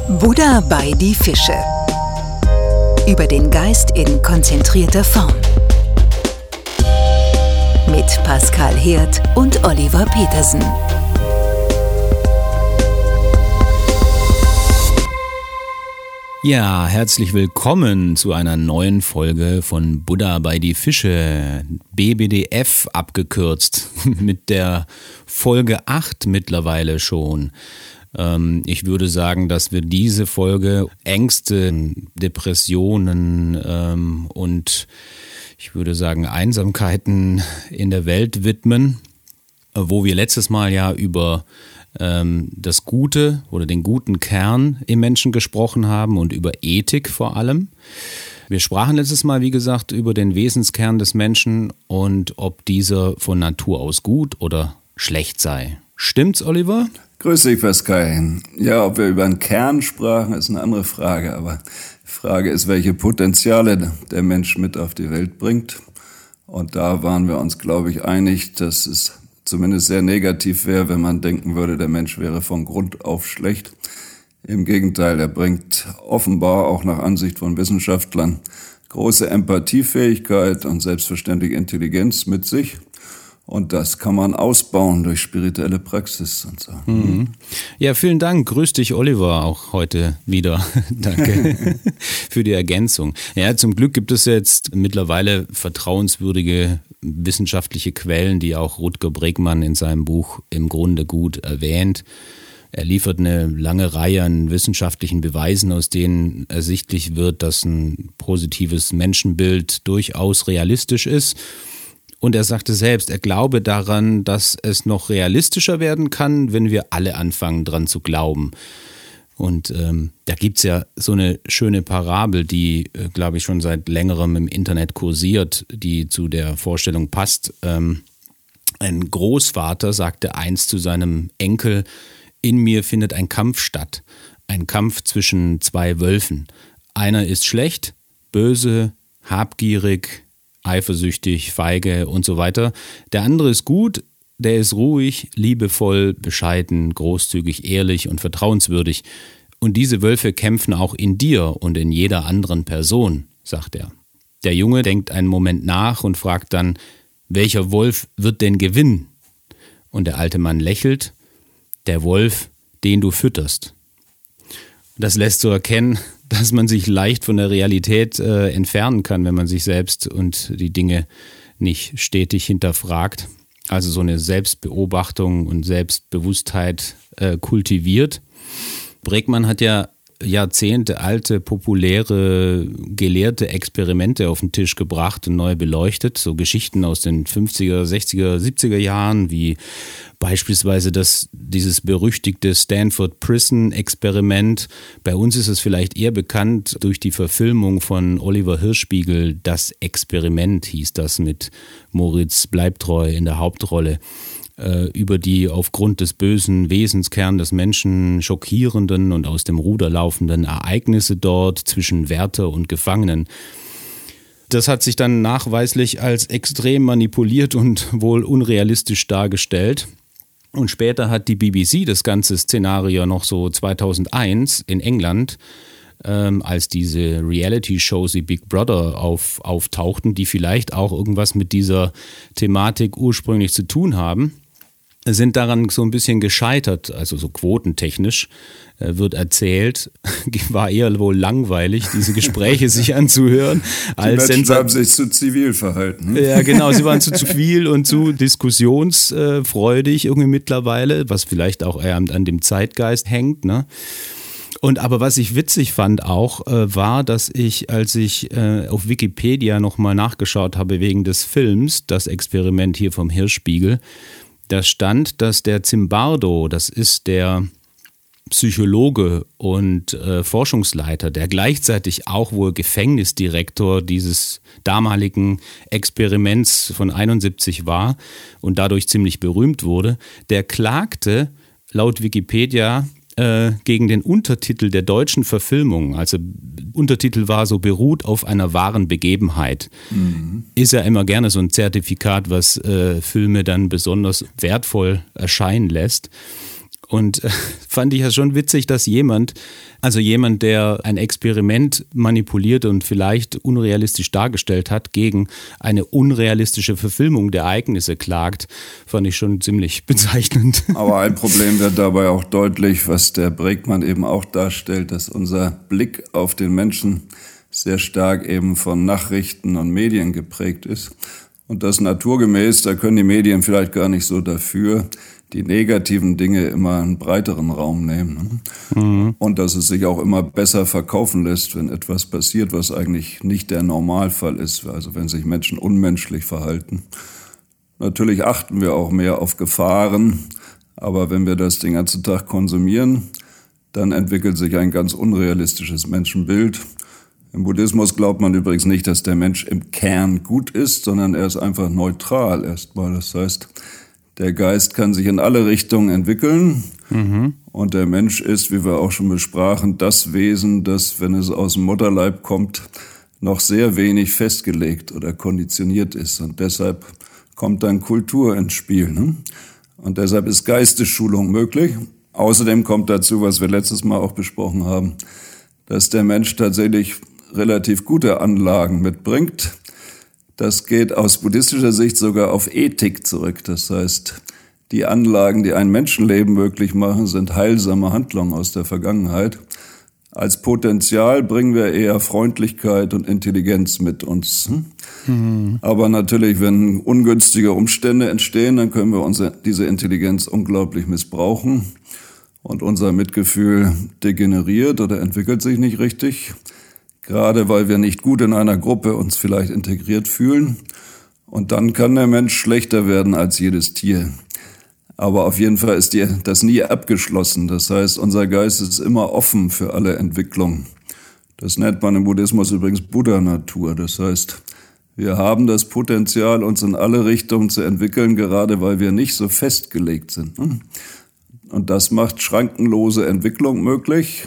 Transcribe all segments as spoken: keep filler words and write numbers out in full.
Buddha bei die Fische. Über den Geist in konzentrierter Form. Mit Pascal Hirt und Oliver Petersen. Ja, herzlich willkommen zu einer neuen Folge von Buddha bei die Fische, B B D F abgekürzt, mit der Folge acht mittlerweile schon. Ähm, ich würde sagen, dass wir diese Folge Ängste, Depressionen ähm, und ich würde sagen Einsamkeiten in der Welt widmen, wo wir letztes Mal ja über das Gute oder den guten Kern im Menschen gesprochen haben und über Ethik vor allem. Wir sprachen letztes Mal, wie gesagt, über den Wesenskern des Menschen und ob dieser von Natur aus gut oder schlecht sei. Stimmt's, Oliver? Grüß dich, Pascal. Ja, ob wir über einen Kern sprachen, ist eine andere Frage, aber die Frage ist, welche Potenziale der Mensch mit auf die Welt bringt. Und da waren wir uns, glaube ich, einig, dass es zumindest sehr negativ wäre, wenn man denken würde, der Mensch wäre von Grund auf schlecht. Im Gegenteil, er bringt offenbar auch nach Ansicht von Wissenschaftlern große Empathiefähigkeit und selbstverständliche Intelligenz mit sich. Und das kann man ausbauen durch spirituelle Praxis und so. Mhm. Ja, vielen Dank. Grüß dich, Oliver, auch heute wieder. Danke für die Ergänzung. Ja, zum Glück gibt es jetzt mittlerweile vertrauenswürdige wissenschaftliche Quellen, die auch Rutger Bregmann in seinem Buch im Grunde gut erwähnt. Er liefert eine lange Reihe an wissenschaftlichen Beweisen, aus denen ersichtlich wird, dass ein positives Menschenbild durchaus realistisch ist. Und er sagte selbst, er glaube daran, dass es noch realistischer werden kann, wenn wir alle anfangen, dran zu glauben. Und ähm, da gibt's ja so eine schöne Parabel, die, äh, glaube ich, schon seit längerem im Internet kursiert, die zu der Vorstellung passt. Ähm, ein Großvater sagte einst zu seinem Enkel, in mir findet ein Kampf statt. Ein Kampf zwischen zwei Wölfen. Einer ist schlecht, böse, habgierig, eifersüchtig, feige und so weiter. Der andere ist gut, der ist ruhig, liebevoll, bescheiden, großzügig, ehrlich und vertrauenswürdig. Und diese Wölfe kämpfen auch in dir und in jeder anderen Person, sagt er. Der Junge denkt einen Moment nach und fragt dann, welcher Wolf wird denn gewinnen? Und der alte Mann lächelt, der Wolf, den du fütterst. Das lässt so erkennen, dass man sich leicht von der Realität äh, entfernen kann, wenn man sich selbst und die Dinge nicht stetig hinterfragt. Also so eine Selbstbeobachtung und Selbstbewusstheit äh, kultiviert. Bregmann hat ja Jahrzehnte alte, populäre, gelehrte Experimente auf den Tisch gebracht und neu beleuchtet. So Geschichten aus den fünfziger, sechziger, siebziger Jahren, wie beispielsweise das, dieses berüchtigte Stanford Prison Experiment. Bei uns ist es vielleicht eher bekannt durch die Verfilmung von Oliver Hirschbiegel. Das Experiment hieß das mit Moritz Bleibtreu in der Hauptrolle. Über die aufgrund des bösen Wesenskern des Menschen schockierenden und aus dem Ruder laufenden Ereignisse dort zwischen Wärter und Gefangenen. Das hat sich dann nachweislich als extrem manipuliert und wohl unrealistisch dargestellt. Und später hat die B B C das ganze Szenario noch so zweitausendeins in England, ähm, als diese Reality-Shows wie Big Brother auf, auftauchten, die vielleicht auch irgendwas mit dieser Thematik ursprünglich zu tun haben, sind daran so ein bisschen gescheitert, also so quotentechnisch äh, wird erzählt, war eher wohl langweilig, diese Gespräche sich anzuhören. Die als Menschen Sensa- haben sich zu zivil verhalten. Ja, genau, sie waren zu zivil und zu diskussionsfreudig irgendwie mittlerweile, was vielleicht auch eher an dem Zeitgeist hängt, ne? Und aber was ich witzig fand auch, äh, war, dass ich, als ich äh, auf Wikipedia nochmal nachgeschaut habe wegen des Films, das Experiment hier vom Hirschbiegel, da stand, dass der Zimbardo, das ist der Psychologe und äh, Forschungsleiter, der gleichzeitig auch wohl Gefängnisdirektor dieses damaligen Experiments von einundsiebzig war und dadurch ziemlich berühmt wurde, der klagte laut Wikipedia äh, gegen den Untertitel der deutschen Verfilmung. Also Untertitel war so, beruht auf einer wahren Begebenheit. Mhm. Ist ja immer gerne so ein Zertifikat, was äh, Filme dann besonders wertvoll erscheinen lässt. Und äh, fand ich ja schon witzig, dass jemand, also jemand, der ein Experiment manipuliert und vielleicht unrealistisch dargestellt hat, gegen eine unrealistische Verfilmung der Ereignisse klagt, fand ich schon ziemlich bezeichnend. Aber ein Problem wird dabei auch deutlich, was der Bregmann eben auch darstellt, dass unser Blick auf den Menschen sehr stark eben von Nachrichten und Medien geprägt ist. Und das naturgemäß, da können die Medien vielleicht gar nicht so dafür, die negativen Dinge immer einen breiteren Raum nehmen. Mhm. Und dass es sich auch immer besser verkaufen lässt, wenn etwas passiert, was eigentlich nicht der Normalfall ist. Also wenn sich Menschen unmenschlich verhalten. Natürlich achten wir auch mehr auf Gefahren, aber wenn wir das den ganzen Tag konsumieren, dann entwickelt sich ein ganz unrealistisches Menschenbild. Im Buddhismus glaubt man übrigens nicht, dass der Mensch im Kern gut ist, sondern er ist einfach neutral erstmal. Das heißt, der Geist kann sich in alle Richtungen entwickeln. Mhm. Und der Mensch ist, wie wir auch schon besprachen, das Wesen, das, wenn es aus dem Mutterleib kommt, noch sehr wenig festgelegt oder konditioniert ist. Und deshalb kommt dann Kultur ins Spiel. Ne? Und deshalb ist Geistesschulung möglich. Außerdem kommt dazu, was wir letztes Mal auch besprochen haben, dass der Mensch tatsächlich relativ gute Anlagen mitbringt. Das geht aus buddhistischer Sicht sogar auf Ethik zurück. Das heißt, die Anlagen, die ein Menschenleben möglich machen, sind heilsame Handlungen aus der Vergangenheit. Als Potenzial bringen wir eher Freundlichkeit und Intelligenz mit uns. Mhm. Aber natürlich, wenn ungünstige Umstände entstehen, dann können wir unsere, diese Intelligenz unglaublich missbrauchen. Und unser Mitgefühl degeneriert oder entwickelt sich nicht richtig. Gerade weil wir nicht gut in einer Gruppe uns vielleicht integriert fühlen. Und dann kann der Mensch schlechter werden als jedes Tier. Aber auf jeden Fall ist die, das nie abgeschlossen. Das heißt, unser Geist ist immer offen für alle Entwicklungen. Das nennt man im Buddhismus übrigens Buddha-Natur. Das heißt, wir haben das Potenzial, uns in alle Richtungen zu entwickeln, gerade weil wir nicht so festgelegt sind. Und das macht schrankenlose Entwicklung möglich,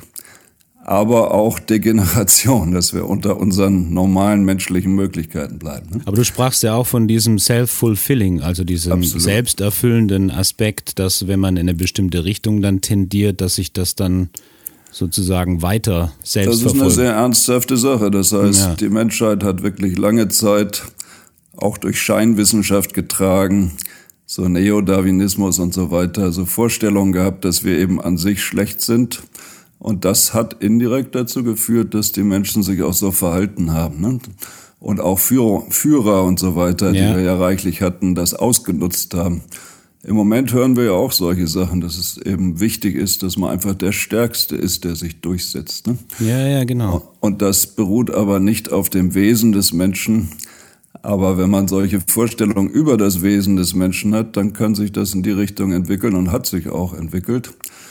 aber auch Degeneration, dass wir unter unseren normalen menschlichen Möglichkeiten bleiben. Aber du sprachst ja auch von diesem Self-Fulfilling, also diesem Absolut. selbsterfüllenden Aspekt, dass wenn man in eine bestimmte Richtung dann tendiert, dass sich das dann sozusagen weiter selbst verfolgt. Das ist eine sehr ernsthafte Sache. Das heißt, ja. die Menschheit hat wirklich lange Zeit auch durch Scheinwissenschaft getragen, so Neodarwinismus und so weiter, so Vorstellungen gehabt, dass wir eben an sich schlecht sind. Und das hat indirekt dazu geführt, dass die Menschen sich auch so verhalten haben. Ne? Und auch Führer, Führer und so weiter, ja. die wir ja reichlich hatten, das ausgenutzt haben. Im Moment hören wir ja auch solche Sachen, dass es eben wichtig ist, dass man einfach der Stärkste ist, der sich durchsetzt. Ne? Ja, ja, genau. Und das beruht aber nicht auf dem Wesen des Menschen. Aber wenn man solche Vorstellungen über das Wesen des Menschen hat, dann kann sich das in die Richtung entwickeln und hat sich auch entwickelt.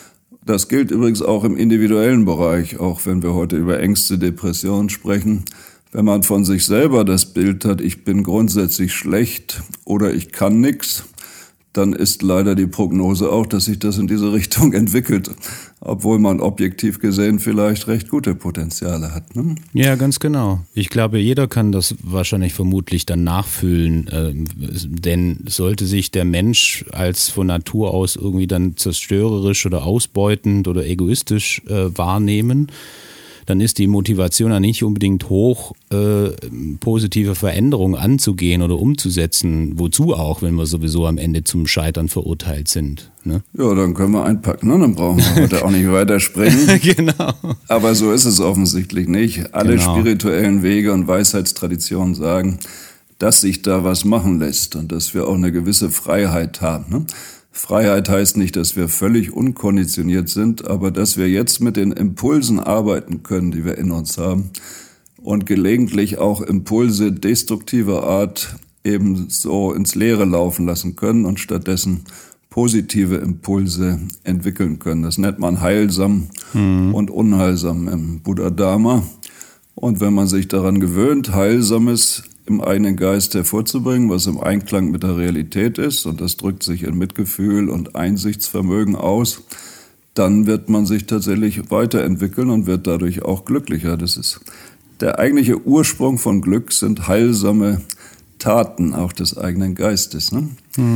Das gilt übrigens auch im individuellen Bereich, auch wenn wir heute über Ängste, Depressionen sprechen. Wenn man von sich selber das Bild hat, ich bin grundsätzlich schlecht oder ich kann nichts, dann ist leider die Prognose auch, dass sich das in diese Richtung entwickelt, obwohl man objektiv gesehen vielleicht recht gute Potenziale hat. Ne? Ja, ganz genau. Ich glaube, jeder kann das wahrscheinlich vermutlich dann nachfühlen, äh, denn sollte sich der Mensch als von Natur aus irgendwie dann zerstörerisch oder ausbeutend oder egoistisch äh, wahrnehmen, dann ist die Motivation ja nicht unbedingt hoch, äh, positive Veränderungen anzugehen oder umzusetzen. Wozu auch, wenn wir sowieso am Ende zum Scheitern verurteilt sind. Ne? Ja, dann können wir einpacken, ne? Dann brauchen wir heute auch nicht weitersprechen. Genau. Aber so ist es offensichtlich nicht. Alle genau. spirituellen Wege und Weisheitstraditionen sagen, dass sich da was machen lässt und dass wir auch eine gewisse Freiheit haben. Ne? Freiheit heißt nicht, dass wir völlig unkonditioniert sind, aber dass wir jetzt mit den Impulsen arbeiten können, die wir in uns haben und gelegentlich auch Impulse destruktiver Art eben so ins Leere laufen lassen können und stattdessen positive Impulse entwickeln können. Das nennt man heilsam mhm. und unheilsam im Buddha-Dharma. Und wenn man sich daran gewöhnt, Heilsames im eigenen Geist hervorzubringen, was im Einklang mit der Realität ist, und das drückt sich in Mitgefühl und Einsichtsvermögen aus, dann wird man sich tatsächlich weiterentwickeln und wird dadurch auch glücklicher. Das ist der eigentliche Ursprung von Glück, sind heilsame Taten auch des eigenen Geistes. Ne? Mhm.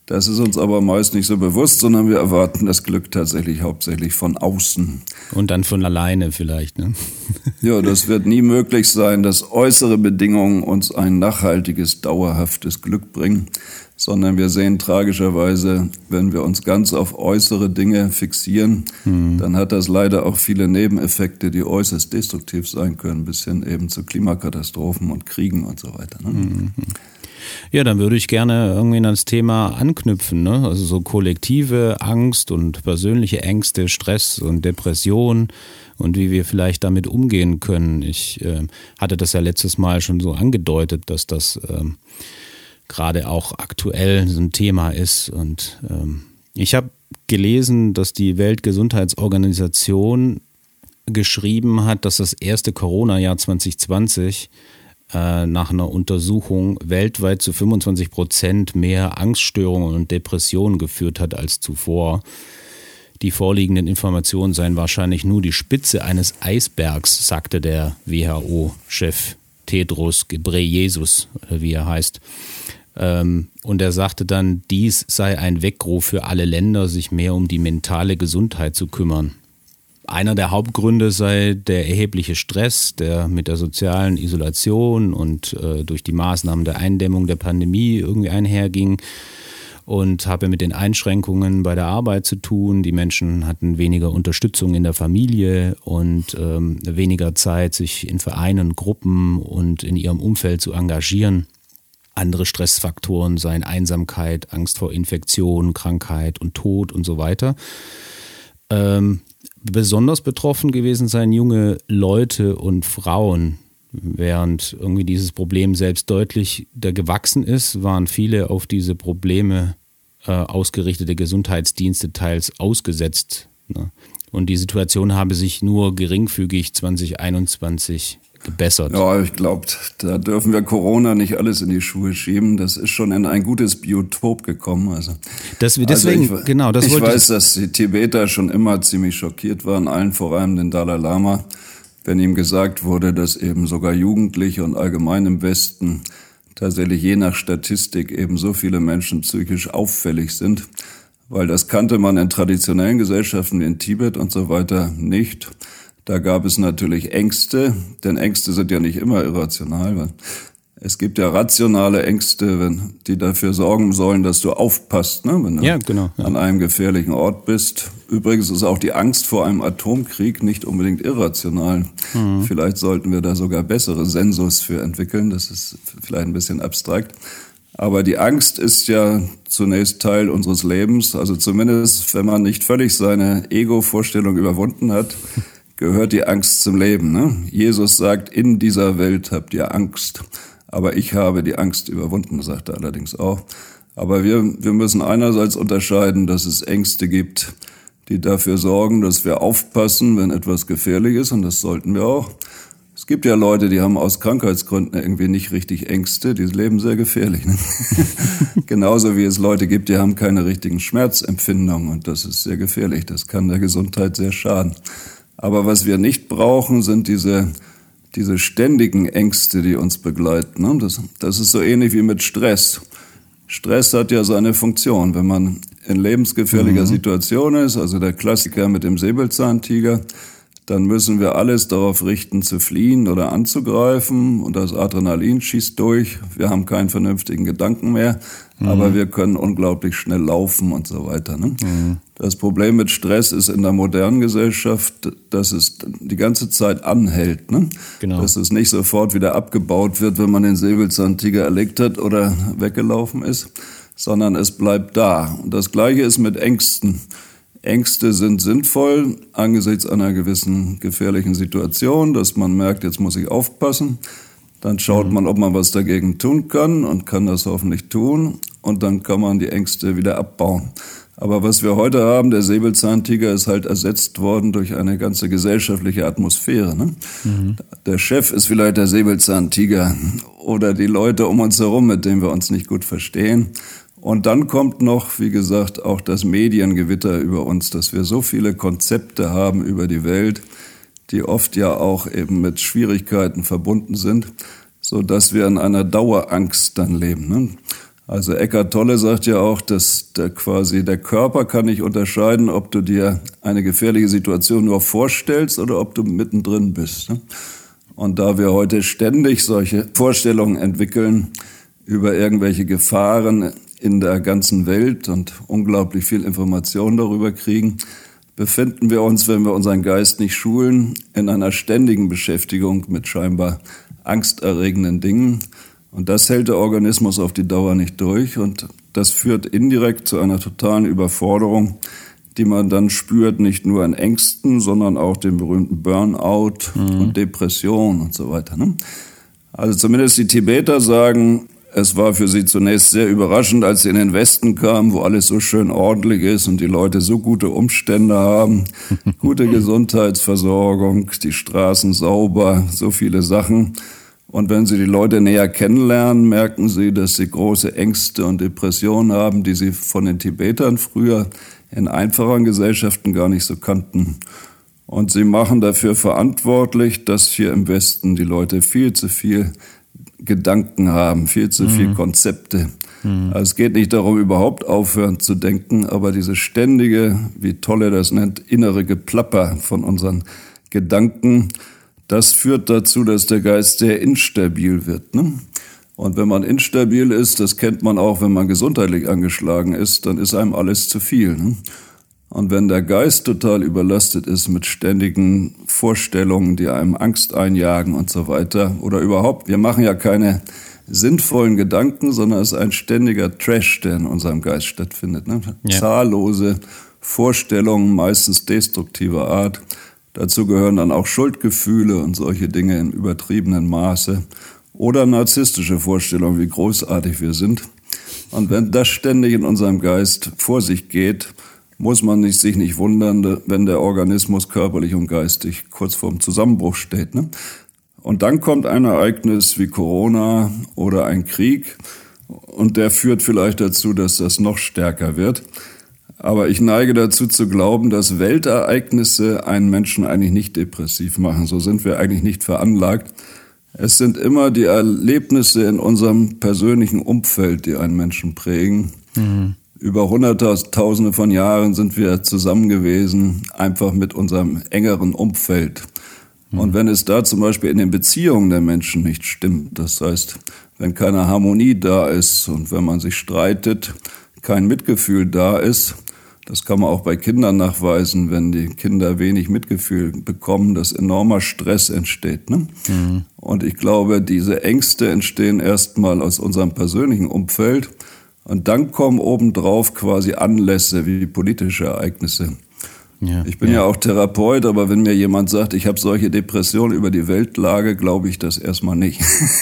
Das ist uns aber meist nicht so bewusst, sondern wir erwarten das Glück tatsächlich hauptsächlich von außen. Und dann von alleine vielleicht, ne? Ja, das wird nie möglich sein, dass äußere Bedingungen uns ein nachhaltiges, dauerhaftes Glück bringen, sondern wir sehen tragischerweise, wenn wir uns ganz auf äußere Dinge fixieren, hm. dann hat das leider auch viele Nebeneffekte, die äußerst destruktiv sein können, bis hin eben zu Klimakatastrophen und Kriegen und so weiter. Ne? Mhm. Ja, dann würde ich gerne irgendwie an das Thema anknüpfen, ne? Also so kollektive Angst und persönliche Ängste, Stress und Depression und wie wir vielleicht damit umgehen können. Ich äh, hatte das ja letztes Mal schon so angedeutet, dass das ähm, gerade auch aktuell so ein Thema ist. Und ähm, ich habe gelesen, dass die Weltgesundheitsorganisation geschrieben hat, dass das erste Corona-Jahr zwanzig zwanzig nach einer Untersuchung weltweit zu fünfundzwanzig Prozent mehr Angststörungen und Depressionen geführt hat als zuvor. Die vorliegenden Informationen seien wahrscheinlich nur die Spitze eines Eisbergs, sagte der W H O-Chef Tedros Ghebreyesus, wie er heißt. Und er sagte dann, dies sei ein Weckruf für alle Länder, sich mehr um die mentale Gesundheit zu kümmern. Einer der Hauptgründe sei der erhebliche Stress, der mit der sozialen Isolation und äh, durch die Maßnahmen der Eindämmung der Pandemie irgendwie einherging und habe mit den Einschränkungen bei der Arbeit zu tun. Die Menschen hatten weniger Unterstützung in der Familie und ähm, weniger Zeit, sich in Vereinen, Gruppen und in ihrem Umfeld zu engagieren. Andere Stressfaktoren seien Einsamkeit, Angst vor Infektion, Krankheit und Tod und so weiter. Ähm, Besonders betroffen gewesen seien junge Leute und Frauen. Während irgendwie dieses Problem selbst deutlich da gewachsen ist, waren viele auf diese Probleme äh, ausgerichtete Gesundheitsdienste teils ausgesetzt. Ne? Und die Situation habe sich nur geringfügig zwanzig einundzwanzig gebessert. Ja, ich glaube, da dürfen wir Corona nicht alles in die Schuhe schieben. Das ist schon in ein gutes Biotop gekommen. Also, das, deswegen, also ich, genau, das ich wollte weiß, dass die Tibeter schon immer ziemlich schockiert waren, allen vor allem den Dalai Lama, wenn ihm gesagt wurde, dass eben sogar Jugendliche und allgemein im Westen tatsächlich je nach Statistik eben so viele Menschen psychisch auffällig sind, weil das kannte man in traditionellen Gesellschaften wie in Tibet und so weiter nicht. Da gab es natürlich Ängste, denn Ängste sind ja nicht immer irrational. Weil es gibt ja rationale Ängste, wenn die dafür sorgen sollen, dass du aufpasst, ne? Wenn du ja, genau, ja. an einem gefährlichen Ort bist. Übrigens ist auch die Angst vor einem Atomkrieg nicht unbedingt irrational. Mhm. Vielleicht sollten wir da sogar bessere Sensus für entwickeln. Das ist vielleicht ein bisschen abstrakt. Aber die Angst ist ja zunächst Teil unseres Lebens. Also zumindest, wenn man nicht völlig seine Ego-Vorstellung überwunden hat, gehört die Angst zum Leben. Ne? Jesus sagt, in dieser Welt habt ihr Angst. Aber ich habe die Angst überwunden, sagt er allerdings auch. Aber wir, wir müssen einerseits unterscheiden, dass es Ängste gibt, die dafür sorgen, dass wir aufpassen, wenn etwas gefährlich ist. Und das sollten wir auch. Es gibt ja Leute, die haben aus Krankheitsgründen irgendwie nicht richtig Ängste. Die leben sehr gefährlich. Ne? Genauso wie es Leute gibt, die haben keine richtigen Schmerzempfindungen. Und das ist sehr gefährlich. Das kann der Gesundheit sehr schaden. Aber was wir nicht brauchen, sind diese, diese ständigen Ängste, die uns begleiten. Das, das ist so ähnlich wie mit Stress. Stress hat ja seine Funktion. Wenn man in lebensgefährlicher mhm. Situation ist, also der Klassiker mit dem Säbelzahntiger, dann müssen wir alles darauf richten, zu fliehen oder anzugreifen. Und das Adrenalin schießt durch. Wir haben keinen vernünftigen Gedanken mehr, mhm. aber wir können unglaublich schnell laufen und so weiter. Ne? Mhm. Das Problem mit Stress ist in der modernen Gesellschaft, dass es die ganze Zeit anhält. Ne? Genau. Dass es nicht sofort wieder abgebaut wird, wenn man den Säbelzahntiger erlegt hat oder weggelaufen ist, sondern es bleibt da. Und das Gleiche ist mit Ängsten. Ängste sind sinnvoll angesichts einer gewissen gefährlichen Situation, dass man merkt, jetzt muss ich aufpassen. Dann schaut man, ob man was dagegen tun kann und kann das hoffentlich tun. Und dann kann man die Ängste wieder abbauen. Aber was wir heute haben, der Säbelzahntiger ist halt ersetzt worden durch eine ganze gesellschaftliche Atmosphäre. Ne? Mhm. Der Chef ist vielleicht der Säbelzahntiger oder die Leute um uns herum, mit denen wir uns nicht gut verstehen. Und dann kommt noch, wie gesagt, auch das Mediengewitter über uns, dass wir so viele Konzepte haben über die Welt, die oft ja auch eben mit Schwierigkeiten verbunden sind, so dass wir in einer Dauerangst dann leben. Ne? Also Eckhart Tolle sagt ja auch, dass der quasi der Körper kann nicht unterscheiden, ob du dir eine gefährliche Situation nur vorstellst oder ob du mittendrin bist. Und da wir heute ständig solche Vorstellungen entwickeln über irgendwelche Gefahren in der ganzen Welt und unglaublich viel Information darüber kriegen, befinden wir uns, wenn wir unseren Geist nicht schulen, in einer ständigen Beschäftigung mit scheinbar angsterregenden Dingen. Und das hält der Organismus auf die Dauer nicht durch und das führt indirekt zu einer totalen Überforderung, die man dann spürt, nicht nur in Ängsten, sondern auch den berühmten Burnout mhm. und Depression und so weiter. Ne? Also zumindest die Tibeter sagen, es war für sie zunächst sehr überraschend, als sie in den Westen kamen, wo alles so schön ordentlich ist und die Leute so gute Umstände haben, gute Gesundheitsversorgung, die Straßen sauber, so viele Sachen. Und wenn Sie die Leute näher kennenlernen, merken Sie, dass sie große Ängste und Depressionen haben, die Sie von den Tibetern früher in einfachen Gesellschaften gar nicht so kannten. Und sie machen dafür verantwortlich, dass hier im Westen die Leute viel zu viel Gedanken haben, viel zu mhm. viel Konzepte. Mhm. Also es geht nicht darum, überhaupt aufhören zu denken, aber diese ständige, wie Tolle das nennt, innere Geplapper von unseren Gedanken, das führt dazu, dass der Geist sehr instabil wird. Ne? Und wenn man instabil ist, das kennt man auch, wenn man gesundheitlich angeschlagen ist, dann ist einem alles zu viel. Ne? Und wenn der Geist total überlastet ist mit ständigen Vorstellungen, die einem Angst einjagen und so weiter, oder überhaupt, wir machen ja keine sinnvollen Gedanken, sondern es ist ein ständiger Trash, der in unserem Geist stattfindet. Ne? Ja. Zahllose Vorstellungen, meistens destruktiver Art. Dazu gehören dann auch Schuldgefühle und solche Dinge in übertriebenen Maße oder narzisstische Vorstellungen, wie großartig wir sind. Und wenn das ständig in unserem Geist vor sich geht, muss man nicht, sich nicht wundern, wenn der Organismus körperlich und geistig kurz vorm Zusammenbruch steht. Ne? Und dann kommt ein Ereignis wie Corona oder ein Krieg und der führt vielleicht dazu, dass das noch stärker wird. Aber ich neige dazu zu glauben, dass Weltereignisse einen Menschen eigentlich nicht depressiv machen. So sind wir eigentlich nicht veranlagt. Es sind immer die Erlebnisse in unserem persönlichen Umfeld, die einen Menschen prägen. Mhm. Über Hunderttausende von Jahren sind wir zusammen gewesen, einfach mit unserem engeren Umfeld. Mhm. Und wenn es da zum Beispiel in den Beziehungen der Menschen nicht stimmt, das heißt, wenn keine Harmonie da ist und wenn man sich streitet, kein Mitgefühl da ist, das kann man auch bei Kindern nachweisen, wenn die Kinder wenig Mitgefühl bekommen, dass enormer Stress entsteht. Ne? Mhm. Und ich glaube, diese Ängste entstehen erstmal aus unserem persönlichen Umfeld und dann kommen obendrauf quasi Anlässe wie politische Ereignisse. Ja, ich bin ja. ja auch Therapeut, aber wenn mir jemand sagt, ich habe solche Depressionen über die Weltlage, glaube ich das erstmal nicht.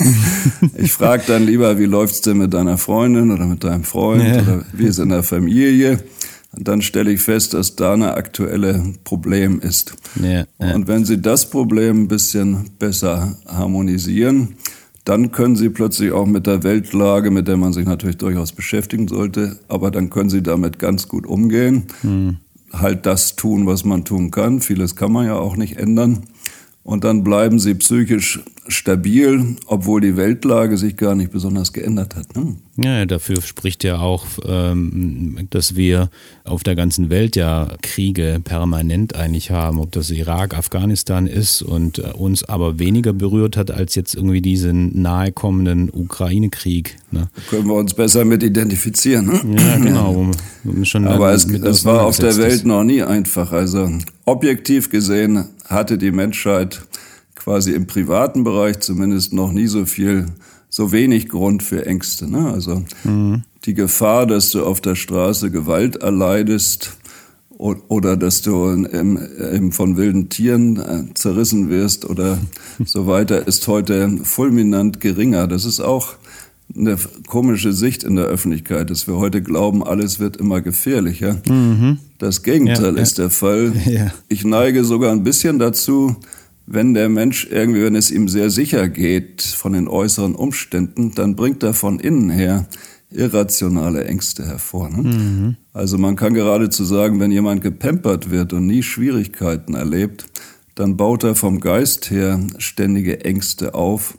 Ich frage dann lieber, wie läuft's denn mit deiner Freundin oder mit deinem Freund ja. oder wie ist in der Familie? Und dann stelle ich fest, dass da ein aktuelles Problem ist. Ja, ja. Und wenn Sie das Problem ein bisschen besser harmonisieren, dann können Sie plötzlich auch mit der Weltlage, mit der man sich natürlich durchaus beschäftigen sollte, aber dann können Sie damit ganz gut umgehen. Hm. Halt das tun, was man tun kann. Vieles kann man ja auch nicht ändern. Und dann bleiben Sie psychisch stabil, obwohl die Weltlage sich gar nicht besonders geändert hat. Ne? Ja, dafür spricht ja auch, ähm, dass wir auf der ganzen Welt ja Kriege permanent eigentlich haben, ob das Irak, Afghanistan ist und äh, uns aber weniger berührt hat als jetzt irgendwie diesen nahe kommenden Ukraine-Krieg. Ne? Da können wir uns besser mit identifizieren. Ne? Ja, genau. Um schon aber es, es war auf der Welt noch nie einfach. Also objektiv gesehen hatte die Menschheit quasi im privaten Bereich zumindest noch nie so viel, so wenig Grund für Ängste. Ne? Also mhm. die Gefahr, dass du auf der Straße Gewalt erleidest oder dass du im, im von wilden Tieren zerrissen wirst oder so weiter, ist heute fulminant geringer. Das ist auch eine komische Sicht in der Öffentlichkeit, dass wir heute glauben, alles wird immer gefährlicher. Mhm. Das Gegenteil ja, ja. ist der Fall. Ja. Ich neige sogar ein bisschen dazu, wenn der Mensch irgendwie, wenn es ihm sehr sicher geht von den äußeren Umständen, dann bringt er von innen her irrationale Ängste hervor. Ne? Mhm. Also man kann geradezu sagen, wenn jemand gepampert wird und nie Schwierigkeiten erlebt, dann baut er vom Geist her ständige Ängste auf.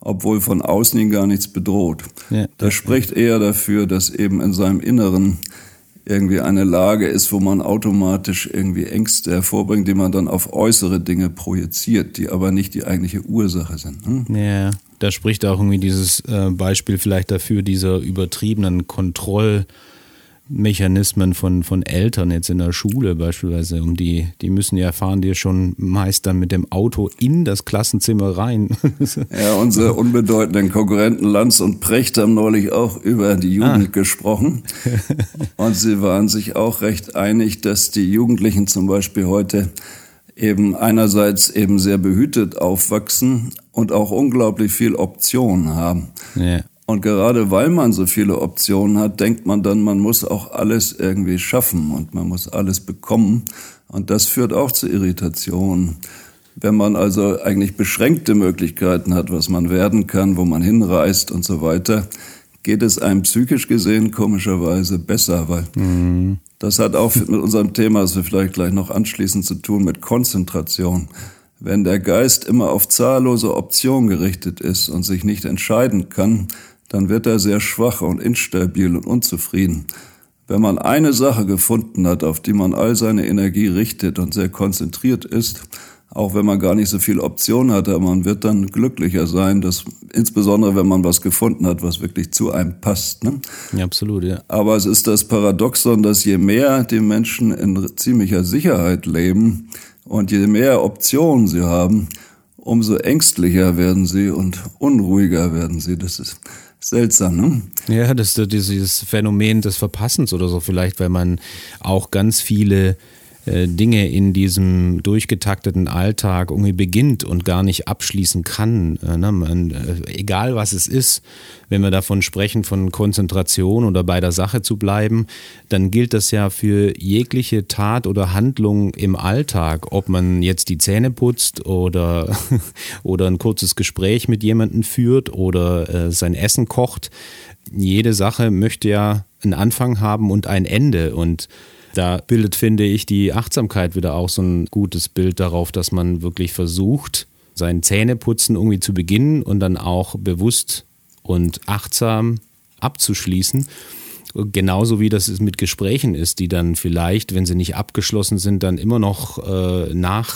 obwohl von außen ihn gar nichts bedroht. Ja, das spricht eher dafür, dass eben in seinem Inneren irgendwie eine Lage ist, wo man automatisch irgendwie Ängste hervorbringt, die man dann auf äußere Dinge projiziert, die aber nicht die eigentliche Ursache sind. Hm? Ja, da spricht auch irgendwie dieses äh, Beispiel vielleicht dafür, dieser übertriebenen Kontrollmechanismen von, von Eltern jetzt in der Schule beispielsweise, um die, die müssen ja fahren dir schon meist dann mit dem Auto in das Klassenzimmer rein. Ja, unsere unbedeutenden Konkurrenten Lanz und Precht haben neulich auch über die Jugend ah. gesprochen und sie waren sich auch recht einig, dass die Jugendlichen zum Beispiel heute eben einerseits eben sehr behütet aufwachsen und auch unglaublich viel Optionen haben. Ja. Und gerade weil man so viele Optionen hat, denkt man dann, man muss auch alles irgendwie schaffen und man muss alles bekommen. Und das führt auch zu Irritationen. Wenn man also eigentlich beschränkte Möglichkeiten hat, was man werden kann, wo man hinreist und so weiter, geht es einem psychisch gesehen komischerweise besser, weil mhm. das hat auch mit unserem Thema, das wir vielleicht gleich noch anschließen, zu tun mit Konzentration. Wenn der Geist immer auf zahllose Optionen gerichtet ist und sich nicht entscheiden kann, dann wird er sehr schwach und instabil und unzufrieden. Wenn man eine Sache gefunden hat, auf die man all seine Energie richtet und sehr konzentriert ist, auch wenn man gar nicht so viele Optionen hat, aber man wird dann glücklicher sein, dass, insbesondere wenn man was gefunden hat, was wirklich zu einem passt. Ne? Ja, absolut, ja. Aber es ist das Paradoxon, dass je mehr die Menschen in ziemlicher Sicherheit leben und je mehr Optionen sie haben, umso ängstlicher werden sie und unruhiger werden sie. Das ist seltsam, ne? Ja, das ist dieses Phänomen des Verpassens oder so vielleicht, weil man auch ganz viele äh, Dinge in diesem durchgetakteten Alltag irgendwie beginnt und gar nicht abschließen kann. Äh, ne? Man, äh, egal was es ist, wenn wir davon sprechen, von Konzentration oder bei der Sache zu bleiben, dann gilt das ja für jegliche Tat oder Handlung im Alltag, ob man jetzt die Zähne putzt oder, oder ein kurzes Gespräch mit jemandem führt oder äh, sein Essen kocht. Jede Sache möchte ja einen Anfang haben und ein Ende, und da bildet, finde ich, die Achtsamkeit wieder auch so ein gutes Bild darauf, dass man wirklich versucht, sein Zähneputzen irgendwie zu beginnen und dann auch bewusst und achtsam abzuschließen. Genauso wie das mit Gesprächen ist, die dann vielleicht, wenn sie nicht abgeschlossen sind, dann immer noch äh,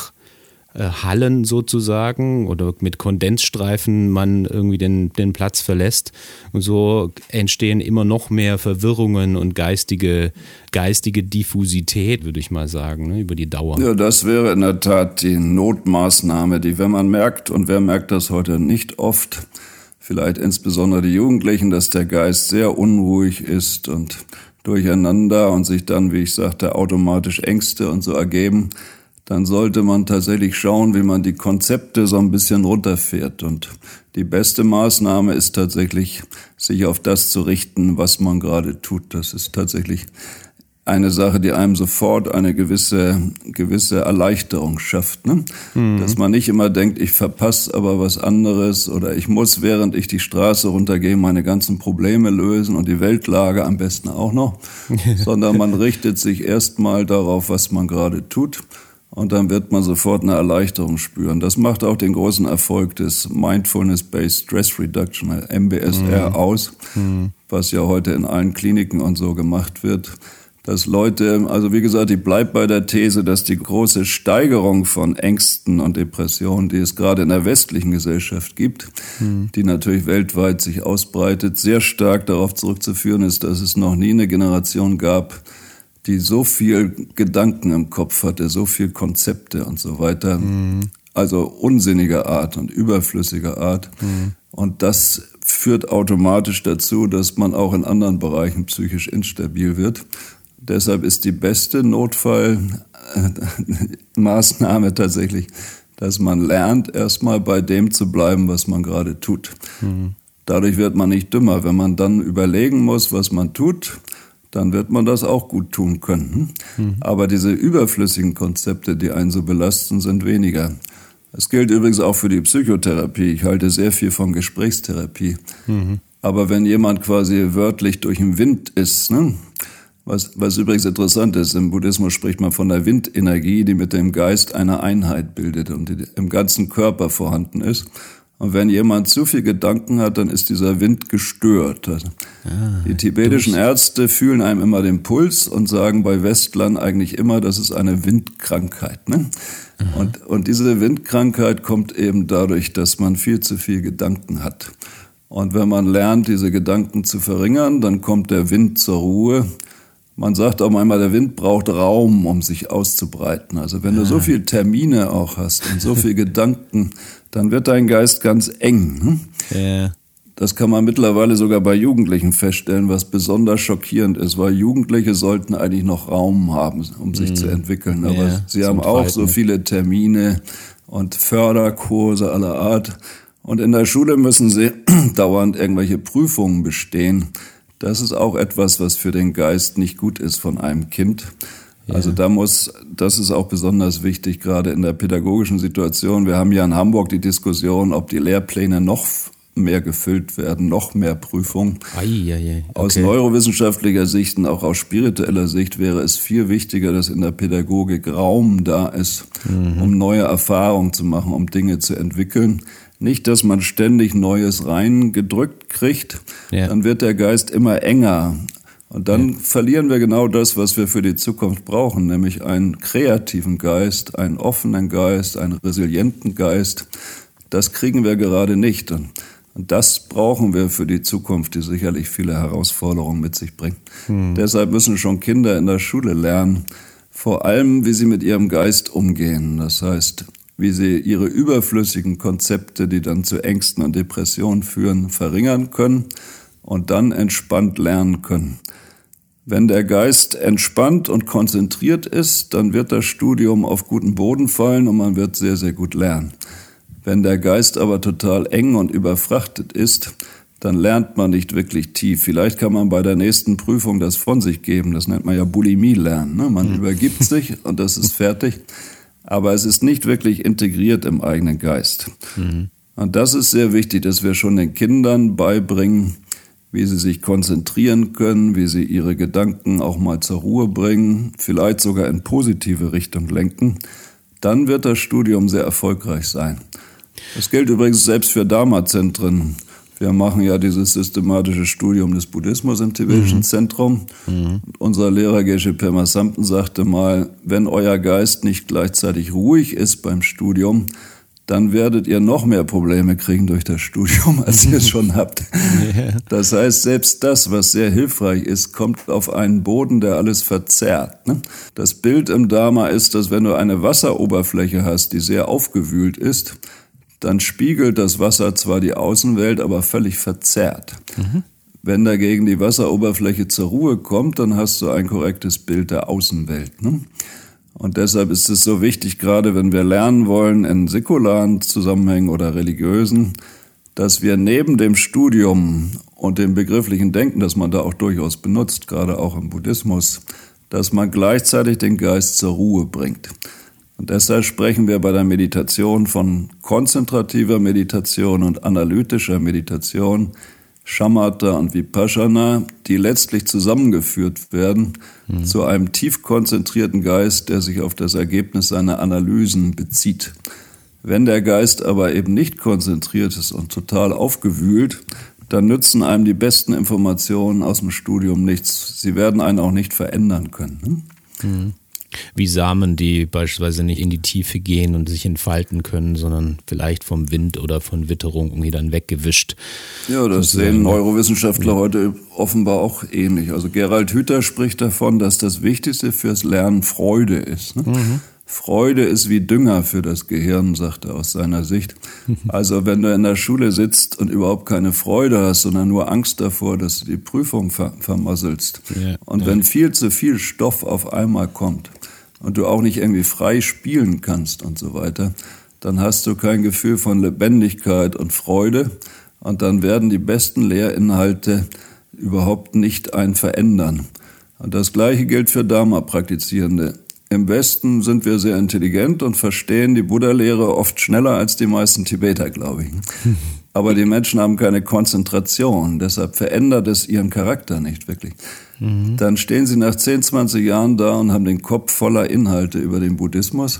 nachhallen sozusagen oder mit Kondensstreifen man irgendwie den, den Platz verlässt. Und so entstehen immer noch mehr Verwirrungen und geistige, geistige Diffusität, würde ich mal sagen, ne, über die Dauer. Ja, das wäre in der Tat die Notmaßnahme, die, wenn man merkt, und wer merkt das heute nicht oft, vielleicht insbesondere die Jugendlichen, dass der Geist sehr unruhig ist und durcheinander und sich dann, wie ich sagte, automatisch Ängste und so ergeben, dann sollte man tatsächlich schauen, wie man die Konzepte so ein bisschen runterfährt. Und die beste Maßnahme ist tatsächlich, sich auf das zu richten, was man gerade tut. Das ist tatsächlich eine Sache, die einem sofort eine gewisse gewisse Erleichterung schafft. Ne? Mhm. Dass man nicht immer denkt, ich verpasse aber was anderes oder ich muss, während ich die Straße runtergehe, meine ganzen Probleme lösen und die Weltlage am besten auch noch, sondern man richtet sich erstmal darauf, was man gerade tut. Und dann wird man sofort eine Erleichterung spüren. Das macht auch den großen Erfolg des Mindfulness-Based Stress Reduction, M B S R, mhm. aus, mhm. was ja heute in allen Kliniken und so gemacht wird. Dass Leute, also wie gesagt, ich bleibe bei der These, dass die große Steigerung von Ängsten und Depressionen, die es gerade in der westlichen Gesellschaft gibt, mhm. die natürlich weltweit sich ausbreitet, sehr stark darauf zurückzuführen ist, dass es noch nie eine Generation gab, die so viel Gedanken im Kopf hatte, so viel Konzepte und so weiter, mhm. also unsinniger Art und überflüssiger Art. Mhm. Und das führt automatisch dazu, dass man auch in anderen Bereichen psychisch instabil wird. Deshalb ist die beste Notfallmaßnahme tatsächlich, dass man lernt, erstmal bei dem zu bleiben, was man gerade tut. Mhm. Dadurch wird man nicht dümmer. Wenn man dann überlegen muss, was man tut, dann wird man das auch gut tun können. Mhm. Aber diese überflüssigen Konzepte, die einen so belasten, sind weniger. Das gilt übrigens auch für die Psychotherapie. Ich halte sehr viel von Gesprächstherapie. Mhm. Aber wenn jemand quasi wörtlich durch den Wind ist, ne? was, was übrigens interessant ist, im Buddhismus spricht man von der Windenergie, die mit dem Geist eine Einheit bildet und die im ganzen Körper vorhanden ist. Und wenn jemand zu viel Gedanken hat, dann ist dieser Wind gestört. Also ah, die tibetischen durch. Ärzte fühlen einem immer den Puls und sagen bei Westlern eigentlich immer, das ist eine Windkrankheit. Ne? Und, und diese Windkrankheit kommt eben dadurch, dass man viel zu viel Gedanken hat. Und wenn man lernt, diese Gedanken zu verringern, dann kommt der Wind zur Ruhe. Man sagt auch manchmal, der Wind braucht Raum, um sich auszubreiten. Also wenn du so viele Termine auch hast und so viele Gedanken, dann wird dein Geist ganz eng. Ne? Ja. Das kann man mittlerweile sogar bei Jugendlichen feststellen, was besonders schockierend ist, weil Jugendliche sollten eigentlich noch Raum haben, um sich mhm. zu entwickeln. Aber ja, sie haben auch so viele Termine und Förderkurse aller Art. Und in der Schule müssen sie dauernd irgendwelche Prüfungen bestehen. Das ist auch etwas, was für den Geist nicht gut ist von einem Kind. Ja. Also da muss, das ist auch besonders wichtig, gerade in der pädagogischen Situation. Wir haben ja in Hamburg die Diskussion, ob die Lehrpläne noch mehr gefüllt werden, noch mehr Prüfungen. Ei, ei, ei. Okay. Aus neurowissenschaftlicher Sicht und auch aus spiritueller Sicht wäre es viel wichtiger, dass in der Pädagogik Raum da ist, mhm. um neue Erfahrungen zu machen, um Dinge zu entwickeln. Nicht, dass man ständig Neues reingedrückt kriegt, ja. Dann wird der Geist immer enger. Und dann ja. verlieren wir genau das, was wir für die Zukunft brauchen, nämlich einen kreativen Geist, einen offenen Geist, einen resilienten Geist. Das kriegen wir gerade nicht. Und das brauchen wir für die Zukunft, die sicherlich viele Herausforderungen mit sich bringt. Hm. Deshalb müssen schon Kinder in der Schule lernen, vor allem, wie sie mit ihrem Geist umgehen. Das heißt, wie sie ihre überflüssigen Konzepte, die dann zu Ängsten und Depressionen führen, verringern können und dann entspannt lernen können. Wenn der Geist entspannt und konzentriert ist, dann wird das Studium auf guten Boden fallen und man wird sehr, sehr gut lernen. Wenn der Geist aber total eng und überfrachtet ist, dann lernt man nicht wirklich tief. Vielleicht kann man bei der nächsten Prüfung das von sich geben. Das nennt man ja Bulimie lernen. Ne? Man mhm. übergibt sich und das ist fertig. Aber es ist nicht wirklich integriert im eigenen Geist. Mhm. Und das ist sehr wichtig, dass wir schon den Kindern beibringen, wie sie sich konzentrieren können, wie sie ihre Gedanken auch mal zur Ruhe bringen, vielleicht sogar in positive Richtung lenken. Dann wird das Studium sehr erfolgreich sein. Das gilt übrigens selbst für Dharma-Zentren. Wir machen ja dieses systematische Studium des Buddhismus im tibetischen mhm. Zentrum. Mhm. Unser Lehrer Geshe Pema Samten sagte mal, wenn euer Geist nicht gleichzeitig ruhig ist beim Studium, dann werdet ihr noch mehr Probleme kriegen durch das Studium, als ihr es schon habt. Yeah. Das heißt, selbst das, was sehr hilfreich ist, kommt auf einen Boden, der alles verzerrt. Ne? Das Bild im Dharma ist, dass wenn du eine Wasseroberfläche hast, die sehr aufgewühlt ist, dann spiegelt das Wasser zwar die Außenwelt, aber völlig verzerrt. Mhm. Wenn dagegen die Wasseroberfläche zur Ruhe kommt, dann hast du ein korrektes Bild der Außenwelt. Ne? Und deshalb ist es so wichtig, gerade wenn wir lernen wollen in säkularen Zusammenhängen oder religiösen, dass wir neben dem Studium und dem begrifflichen Denken, das man da auch durchaus benutzt, gerade auch im Buddhismus, dass man gleichzeitig den Geist zur Ruhe bringt. Und deshalb sprechen wir bei der Meditation von konzentrativer Meditation und analytischer Meditation, Shamatha und Vipassana, die letztlich zusammengeführt werden mhm. zu einem tief konzentrierten Geist, der sich auf das Ergebnis seiner Analysen bezieht. Wenn der Geist aber eben nicht konzentriert ist und total aufgewühlt, dann nützen einem die besten Informationen aus dem Studium nichts. Sie werden einen auch nicht verändern können. Mhm. Wie Samen, die beispielsweise nicht in die Tiefe gehen und sich entfalten können, sondern vielleicht vom Wind oder von Witterung irgendwie dann weggewischt. Ja, das sehen Neurowissenschaftler ja. heute offenbar auch ähnlich. Also Gerald Hüther spricht davon, dass das Wichtigste fürs Lernen Freude ist. Ne? Mhm. Freude ist wie Dünger für das Gehirn, sagt er aus seiner Sicht. Also wenn du in der Schule sitzt und überhaupt keine Freude hast, sondern nur Angst davor, dass du die Prüfung ver- vermasselst. Ja, und ja. wenn viel zu viel Stoff auf einmal kommt und du auch nicht irgendwie frei spielen kannst und so weiter, dann hast du kein Gefühl von Lebendigkeit und Freude und dann werden die besten Lehrinhalte überhaupt nicht einen verändern. Und das Gleiche gilt für Dharma-Praktizierende. Im Westen sind wir sehr intelligent und verstehen die Buddha-Lehre oft schneller als die meisten Tibeter, glaube ich. Aber die Menschen haben keine Konzentration, deshalb verändert es ihren Charakter nicht wirklich. Mhm. Dann stehen sie nach zehn, zwanzig Jahren da und haben den Kopf voller Inhalte über den Buddhismus,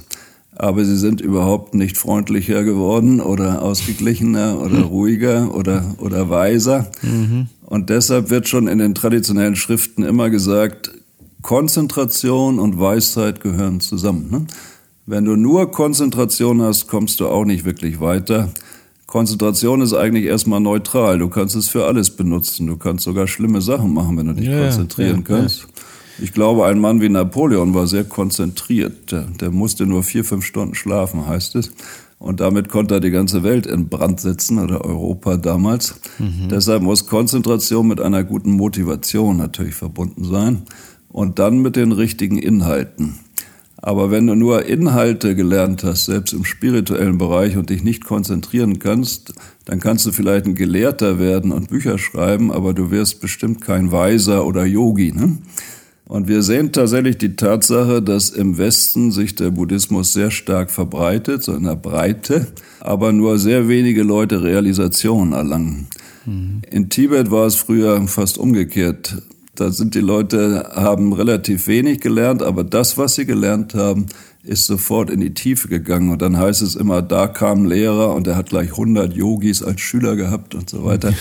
aber sie sind überhaupt nicht freundlicher geworden oder ausgeglichener oder ruhiger oder, oder weiser. Mhm. Und deshalb wird schon in den traditionellen Schriften immer gesagt, Konzentration und Weisheit gehören zusammen. Ne? Wenn du nur Konzentration hast, kommst du auch nicht wirklich weiter. Konzentration ist eigentlich erstmal neutral. Du kannst es für alles benutzen. Du kannst sogar schlimme Sachen machen, wenn du dich ja, konzentrieren ja, kannst. Ja. Ich glaube, ein Mann wie Napoleon war sehr konzentriert. Der, der musste nur vier, fünf Stunden schlafen, heißt es. Und damit konnte er die ganze Welt in Brand setzen oder Europa damals. Mhm. Deshalb muss Konzentration mit einer guten Motivation natürlich verbunden sein und dann mit den richtigen Inhalten. Aber wenn du nur Inhalte gelernt hast, selbst im spirituellen Bereich, und dich nicht konzentrieren kannst, dann kannst du vielleicht ein Gelehrter werden und Bücher schreiben, aber du wirst bestimmt kein Weiser oder Yogi, ne? Und wir sehen tatsächlich die Tatsache, dass im Westen sich der Buddhismus sehr stark verbreitet, so in der Breite, aber nur sehr wenige Leute Realisation erlangen. Mhm. In Tibet war es früher fast umgekehrt. Da sind die Leute, haben relativ wenig gelernt, aber das, was sie gelernt haben, ist sofort in die Tiefe gegangen. Und dann heißt es immer, da kam ein Lehrer und er hat gleich hundert Yogis als Schüler gehabt und so weiter.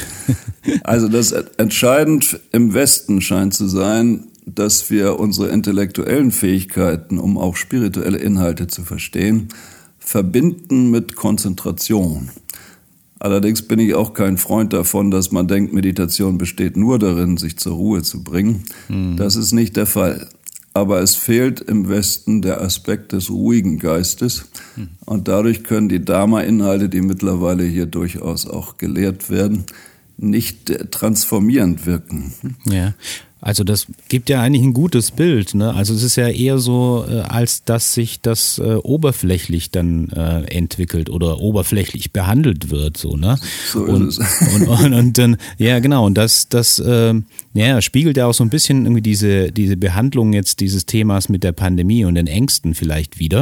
Also das entscheidend im Westen scheint zu sein, dass wir unsere intellektuellen Fähigkeiten, um auch spirituelle Inhalte zu verstehen, verbinden mit Konzentration. Allerdings bin ich auch kein Freund davon, dass man denkt, Meditation besteht nur darin, sich zur Ruhe zu bringen. Mhm. Das ist nicht der Fall. Aber es fehlt im Westen der Aspekt des ruhigen Geistes. Mhm. Und dadurch können die Dharma-Inhalte, die mittlerweile hier durchaus auch gelehrt werden, nicht transformierend wirken. Ja. Also das gibt ja eigentlich ein gutes Bild, ne? Also es ist ja eher so, äh, als dass sich das äh, oberflächlich dann äh, entwickelt oder oberflächlich behandelt wird, so, ne? So und, ist es. Und, und, und dann, ja genau, und das, das äh, ja, spiegelt ja auch so ein bisschen irgendwie diese, diese Behandlung jetzt dieses Themas mit der Pandemie und den Ängsten vielleicht wieder,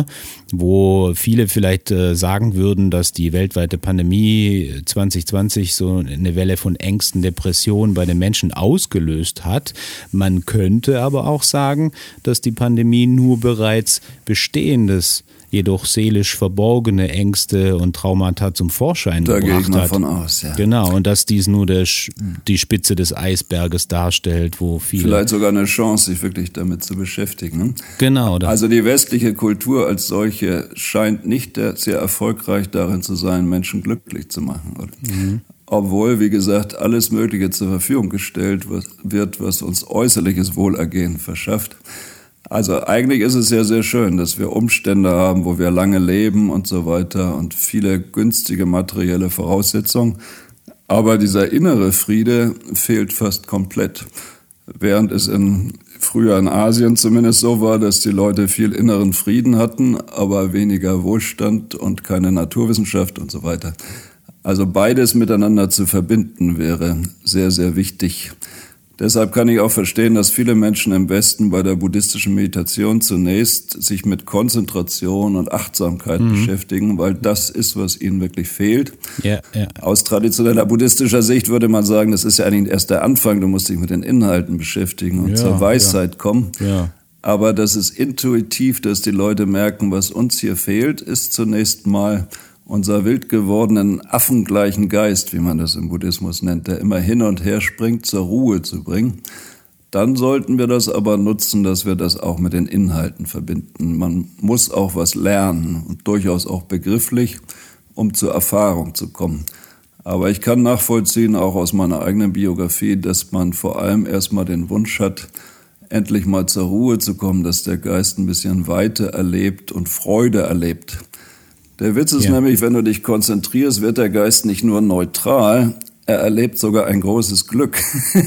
wo viele vielleicht äh, sagen würden, dass die weltweite Pandemie zwanzig zwanzig so eine Welle von Ängsten, Depressionen bei den Menschen ausgelöst hat. Man könnte aber auch sagen, dass die Pandemie nur bereits Bestehendes, jedoch seelisch verborgene Ängste und Traumata zum Vorschein da gebracht hat. Da gehe ich mal von aus, ja. Genau, und dass dies nur der, die Spitze des Eisberges darstellt, wo viele... Vielleicht sogar eine Chance, sich wirklich damit zu beschäftigen. Ne? Genau. Also die westliche Kultur als solche scheint nicht sehr erfolgreich darin zu sein, Menschen glücklich zu machen. Oder? Mhm. Obwohl, wie gesagt, alles Mögliche zur Verfügung gestellt wird, was uns äußerliches Wohlergehen verschafft. Also eigentlich ist es ja sehr schön, dass wir Umstände haben, wo wir lange leben und so weiter und viele günstige materielle Voraussetzungen. Aber dieser innere Friede fehlt fast komplett. Während es in, früher in Asien zumindest so war, dass die Leute viel inneren Frieden hatten, aber weniger Wohlstand und keine Naturwissenschaft und so weiter. Also beides miteinander zu verbinden wäre sehr, sehr wichtig. Deshalb kann ich auch verstehen, dass viele Menschen im Westen bei der buddhistischen Meditation zunächst sich mit Konzentration und Achtsamkeit mhm. beschäftigen, weil das ist, was ihnen wirklich fehlt. Ja, ja. Aus traditioneller buddhistischer Sicht würde man sagen, das ist ja eigentlich erst der Anfang, du musst dich mit den Inhalten beschäftigen und ja, zur Weisheit ja. kommen. Ja. Aber das ist intuitiv, dass die Leute merken, was uns hier fehlt, ist zunächst mal unser wild gewordenen affengleichen Geist, wie man das im Buddhismus nennt, der immer hin und her springt, zur Ruhe zu bringen. Dann sollten wir das aber nutzen, dass wir das auch mit den Inhalten verbinden. Man muss auch was lernen und durchaus auch begrifflich, um zur Erfahrung zu kommen. Aber ich kann nachvollziehen, auch aus meiner eigenen Biografie, dass man vor allem erstmal den Wunsch hat, endlich mal zur Ruhe zu kommen, dass der Geist ein bisschen Weite erlebt und Freude erlebt. Der Witz ist ja. nämlich, wenn du dich konzentrierst, wird der Geist nicht nur neutral, er erlebt sogar ein großes Glück.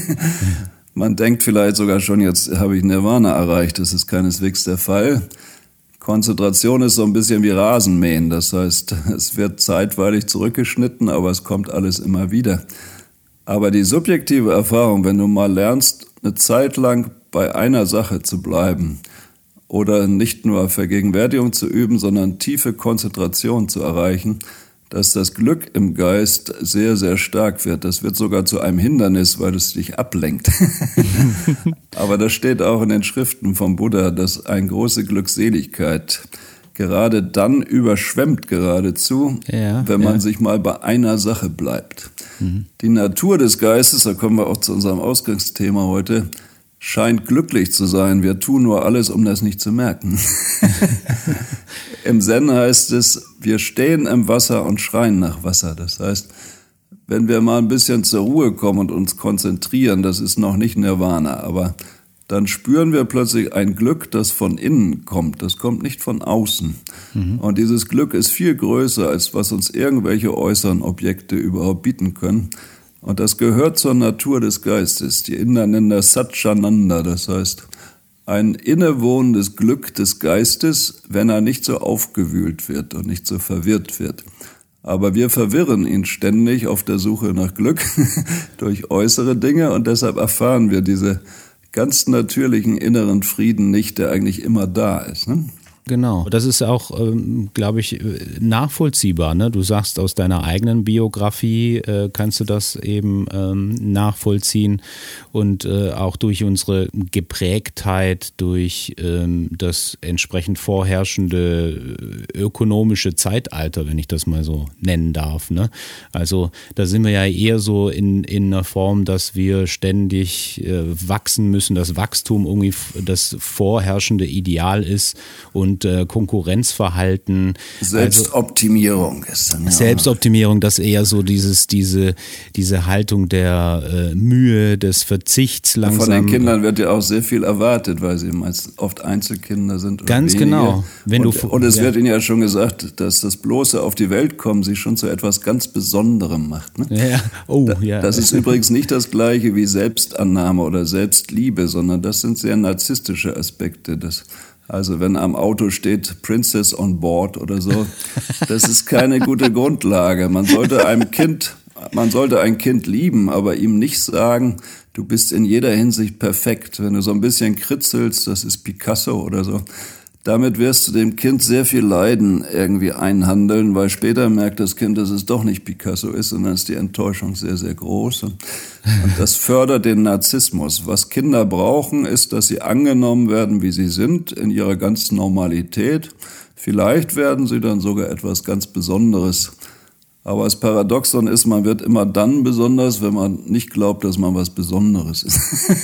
Man denkt vielleicht sogar schon, jetzt habe ich Nirvana erreicht. Das ist keineswegs der Fall. Konzentration ist so ein bisschen wie Rasenmähen. Das heißt, es wird zeitweilig zurückgeschnitten, aber es kommt alles immer wieder. Aber die subjektive Erfahrung, wenn du mal lernst, eine Zeit lang bei einer Sache zu bleiben, oder nicht nur Vergegenwärtigung zu üben, sondern tiefe Konzentration zu erreichen, dass das Glück im Geist sehr, sehr stark wird. Das wird sogar zu einem Hindernis, weil es dich ablenkt. Aber das steht auch in den Schriften vom Buddha, dass eine große Glückseligkeit gerade dann überschwemmt geradezu, ja, wenn man ja. sich mal bei einer Sache bleibt. Mhm. Die Natur des Geistes, da kommen wir auch zu unserem Ausgangsthema heute, scheint glücklich zu sein. Wir tun nur alles, um das nicht zu merken. Im Zen heißt es, wir stehen im Wasser und schreien nach Wasser. Das heißt, wenn wir mal ein bisschen zur Ruhe kommen und uns konzentrieren, das ist noch nicht Nirvana, aber dann spüren wir plötzlich ein Glück, das von innen kommt. Das kommt nicht von außen. Mhm. Und dieses Glück ist viel größer, als was uns irgendwelche äußeren Objekte überhaupt bieten können. Und das gehört zur Natur des Geistes. Die Inder nennen das Satchananda, das heißt ein innewohnendes Glück des Geistes, wenn er nicht so aufgewühlt wird und nicht so verwirrt wird. Aber wir verwirren ihn ständig auf der Suche nach Glück durch äußere Dinge und deshalb erfahren wir diese ganz natürlichen inneren Frieden nicht, der eigentlich immer da ist. Ne? Genau, das ist auch, ähm, glaube ich, nachvollziehbar. Ne? Du sagst, aus deiner eigenen Biografie äh, kannst du das eben ähm, nachvollziehen und äh, auch durch unsere Geprägtheit, durch ähm, das entsprechend vorherrschende ökonomische Zeitalter, wenn ich das mal so nennen darf. Ne? Also da sind wir ja eher so in, in einer Form, dass wir ständig äh, wachsen müssen, dass Wachstum irgendwie das vorherrschende Ideal ist und Konkurrenzverhalten. Selbstoptimierung also, ist dann ja. Selbstoptimierung, das eher so dieses, diese, diese Haltung der äh, Mühe, des Verzichts langsam. Von den Kindern wird ja auch sehr viel erwartet, weil sie meist oft Einzelkinder sind. Ganz wenige. genau. Wenn und, du, und es ja. wird ihnen ja schon gesagt, dass das bloße auf die Welt kommen sie schon zu etwas ganz Besonderem macht. Ne? Ja. Oh, da, ja. Das ist übrigens nicht das Gleiche wie Selbstannahme oder Selbstliebe, sondern das sind sehr narzisstische Aspekte. Das Also wenn am Auto steht Princess on board oder so, das ist keine gute Grundlage. Man sollte einem Kind, man sollte ein Kind lieben, aber ihm nicht sagen, du bist in jeder Hinsicht perfekt. Wenn du so ein bisschen kritzelst, das ist Picasso oder so, damit wirst du dem Kind sehr viel Leiden irgendwie einhandeln, weil später merkt das Kind, dass es doch nicht Picasso ist und dann ist die Enttäuschung sehr, sehr groß. Und, und das fördert den Narzissmus. Was Kinder brauchen, ist, dass sie angenommen werden, wie sie sind, in ihrer ganzen Normalität. Vielleicht werden sie dann sogar etwas ganz Besonderes. Aber das Paradoxon ist, man wird immer dann besonders, wenn man nicht glaubt, dass man was Besonderes ist.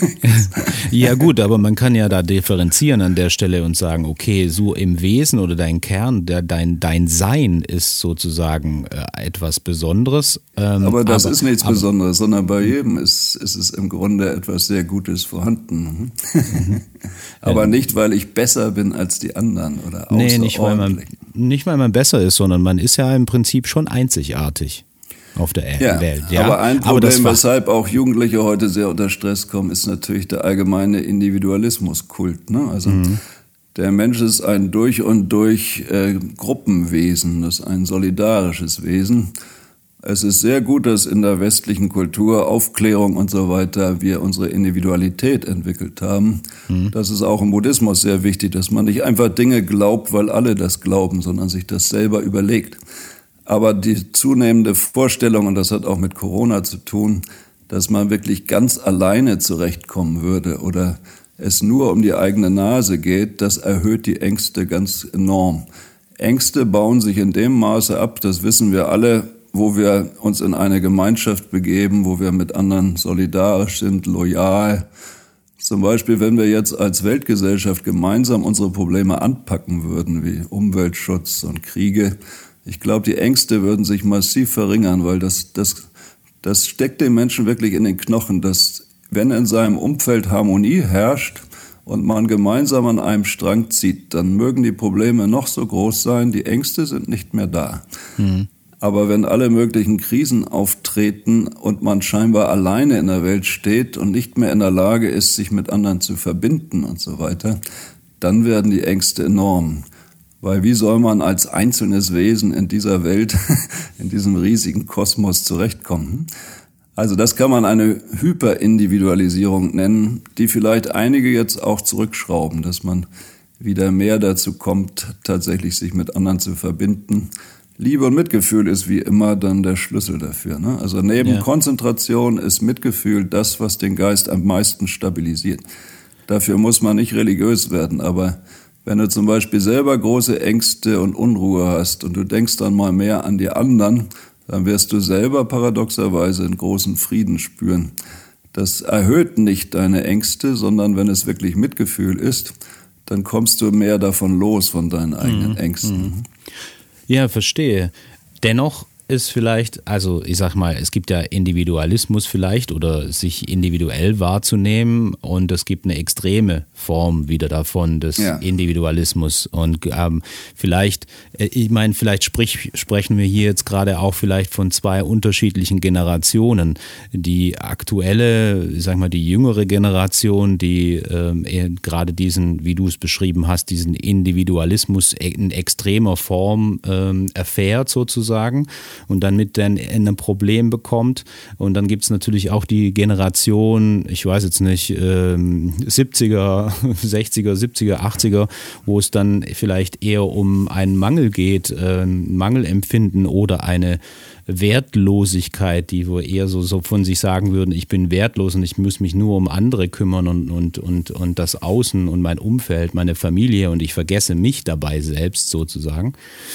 Ja gut, aber man kann ja da differenzieren an der Stelle und sagen, okay, so im Wesen oder dein Kern, der, dein, dein Sein ist sozusagen äh, etwas Besonderes. Ähm, aber das aber, ist nichts aber, Besonderes, sondern bei jedem ist, ist es im Grunde etwas sehr Gutes vorhanden. Mhm. Aber nicht, weil ich besser bin als die anderen oder außerordentlich. Nee, nicht weil, man, nicht weil man besser ist, sondern man ist ja im Prinzip schon einzigartig auf der ja, Welt. Ja, aber ein Problem, aber weshalb auch Jugendliche heute sehr unter Stress kommen, ist natürlich der allgemeine Individualismuskult. Ne? Also mhm. der Mensch ist ein durch und durch äh, Gruppenwesen, das ist ein solidarisches Wesen. Es ist sehr gut, dass in der westlichen Kultur, Aufklärung und so weiter, wir unsere Individualität entwickelt haben. Mhm. Das ist auch im Buddhismus sehr wichtig, dass man nicht einfach Dinge glaubt, weil alle das glauben, sondern sich das selber überlegt. Aber die zunehmende Vorstellung, und das hat auch mit Corona zu tun, dass man wirklich ganz alleine zurechtkommen würde oder es nur um die eigene Nase geht, das erhöht die Ängste ganz enorm. Ängste bauen sich in dem Maße ab, das wissen wir alle, wo wir uns in eine Gemeinschaft begeben, wo wir mit anderen solidarisch sind, loyal. Zum Beispiel, wenn wir jetzt als Weltgesellschaft gemeinsam unsere Probleme anpacken würden, wie Umweltschutz und Kriege, ich glaube, die Ängste würden sich massiv verringern, weil das, das, das steckt den Menschen wirklich in den Knochen, dass wenn in seinem Umfeld Harmonie herrscht und man gemeinsam an einem Strang zieht, dann mögen die Probleme noch so groß sein, die Ängste sind nicht mehr da. Mhm. Aber wenn alle möglichen Krisen auftreten und man scheinbar alleine in der Welt steht und nicht mehr in der Lage ist, sich mit anderen zu verbinden und so weiter, dann werden die Ängste enorm. Weil wie soll man als einzelnes Wesen in dieser Welt, in diesem riesigen Kosmos zurechtkommen? Also das kann man eine Hyperindividualisierung nennen, die vielleicht einige jetzt auch zurückschrauben, dass man wieder mehr dazu kommt, tatsächlich sich mit anderen zu verbinden. Liebe und Mitgefühl ist wie immer dann der Schlüssel dafür. Ne? Also neben ja. Konzentration ist Mitgefühl das, was den Geist am meisten stabilisiert. Dafür muss man nicht religiös werden, aber Wenn du zum Beispiel selber große Ängste und Unruhe hast und du denkst dann mal mehr an die anderen, dann wirst du selber paradoxerweise einen großen Frieden spüren. Das erhöht nicht deine Ängste, sondern wenn es wirklich Mitgefühl ist, dann kommst du mehr davon los, von deinen eigenen mhm. Ängsten. Ja, verstehe. Dennoch ist vielleicht, also ich sag mal, es gibt ja Individualismus vielleicht oder sich individuell wahrzunehmen und es gibt eine extreme Form wieder davon des ja. Individualismus und ähm, vielleicht, ich meine, vielleicht sprich, sprechen wir hier jetzt gerade auch vielleicht von zwei unterschiedlichen Generationen. Die aktuelle, ich sag mal, die jüngere Generation, die ähm, gerade diesen, wie du es beschrieben hast, diesen Individualismus in extremer Form ähm, erfährt sozusagen. Und dann mit dann ein Problem bekommt. Und dann gibt es natürlich auch die Generation, ich weiß jetzt nicht, ähm, siebziger, sechziger, siebziger, achtziger, wo es dann vielleicht eher um einen Mangel geht, äh, Mangelempfinden oder eine Wertlosigkeit, die wo eher so, so von sich sagen würden, ich bin wertlos und ich muss mich nur um andere kümmern und, und, und, und das Außen und mein Umfeld, meine Familie und ich vergesse mich dabei selbst sozusagen.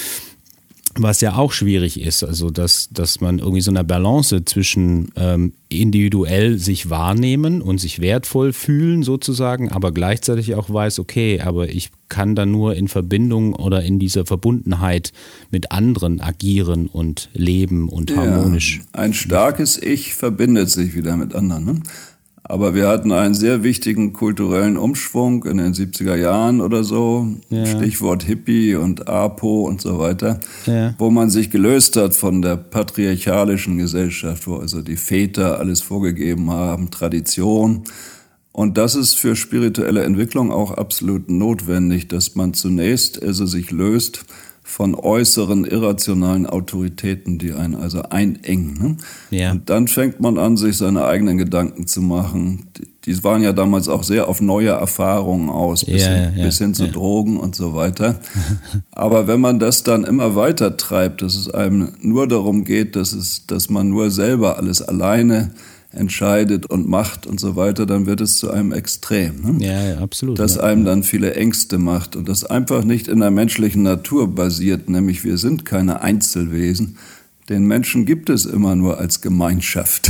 Was ja auch schwierig ist, also dass, dass man irgendwie so eine Balance zwischen ähm, individuell sich wahrnehmen und sich wertvoll fühlen sozusagen, aber gleichzeitig auch weiß, okay, aber ich kann da nur in Verbindung oder in dieser Verbundenheit mit anderen agieren und leben und ja, harmonisch. Ein starkes Ich verbindet sich wieder mit anderen, ne? Aber wir hatten einen sehr wichtigen kulturellen Umschwung in den siebziger Jahren oder so, ja. Stichwort Hippie und APO und so weiter, ja. wo man sich gelöst hat von der patriarchalischen Gesellschaft, wo also die Väter alles vorgegeben haben, Tradition. Und das ist für spirituelle Entwicklung auch absolut notwendig, dass man zunächst also sich löst von äußeren irrationalen Autoritäten, die einen also einengen. Ne? Ja. Und dann fängt man an, sich seine eigenen Gedanken zu machen. Die, die waren ja damals auch sehr auf neue Erfahrungen aus, bis, ja, hin, ja, bis hin zu ja. Drogen und so weiter. Aber wenn man das dann immer weiter treibt, dass es einem nur darum geht, dass, es, dass man nur selber alles alleine entscheidet und macht und so weiter, dann wird es zu einem Extrem. Ne? Ja, ja, absolut. Das ja. einem dann viele Ängste macht und das einfach nicht in der menschlichen Natur basiert, nämlich wir sind keine Einzelwesen. Den Menschen gibt es immer nur als Gemeinschaft.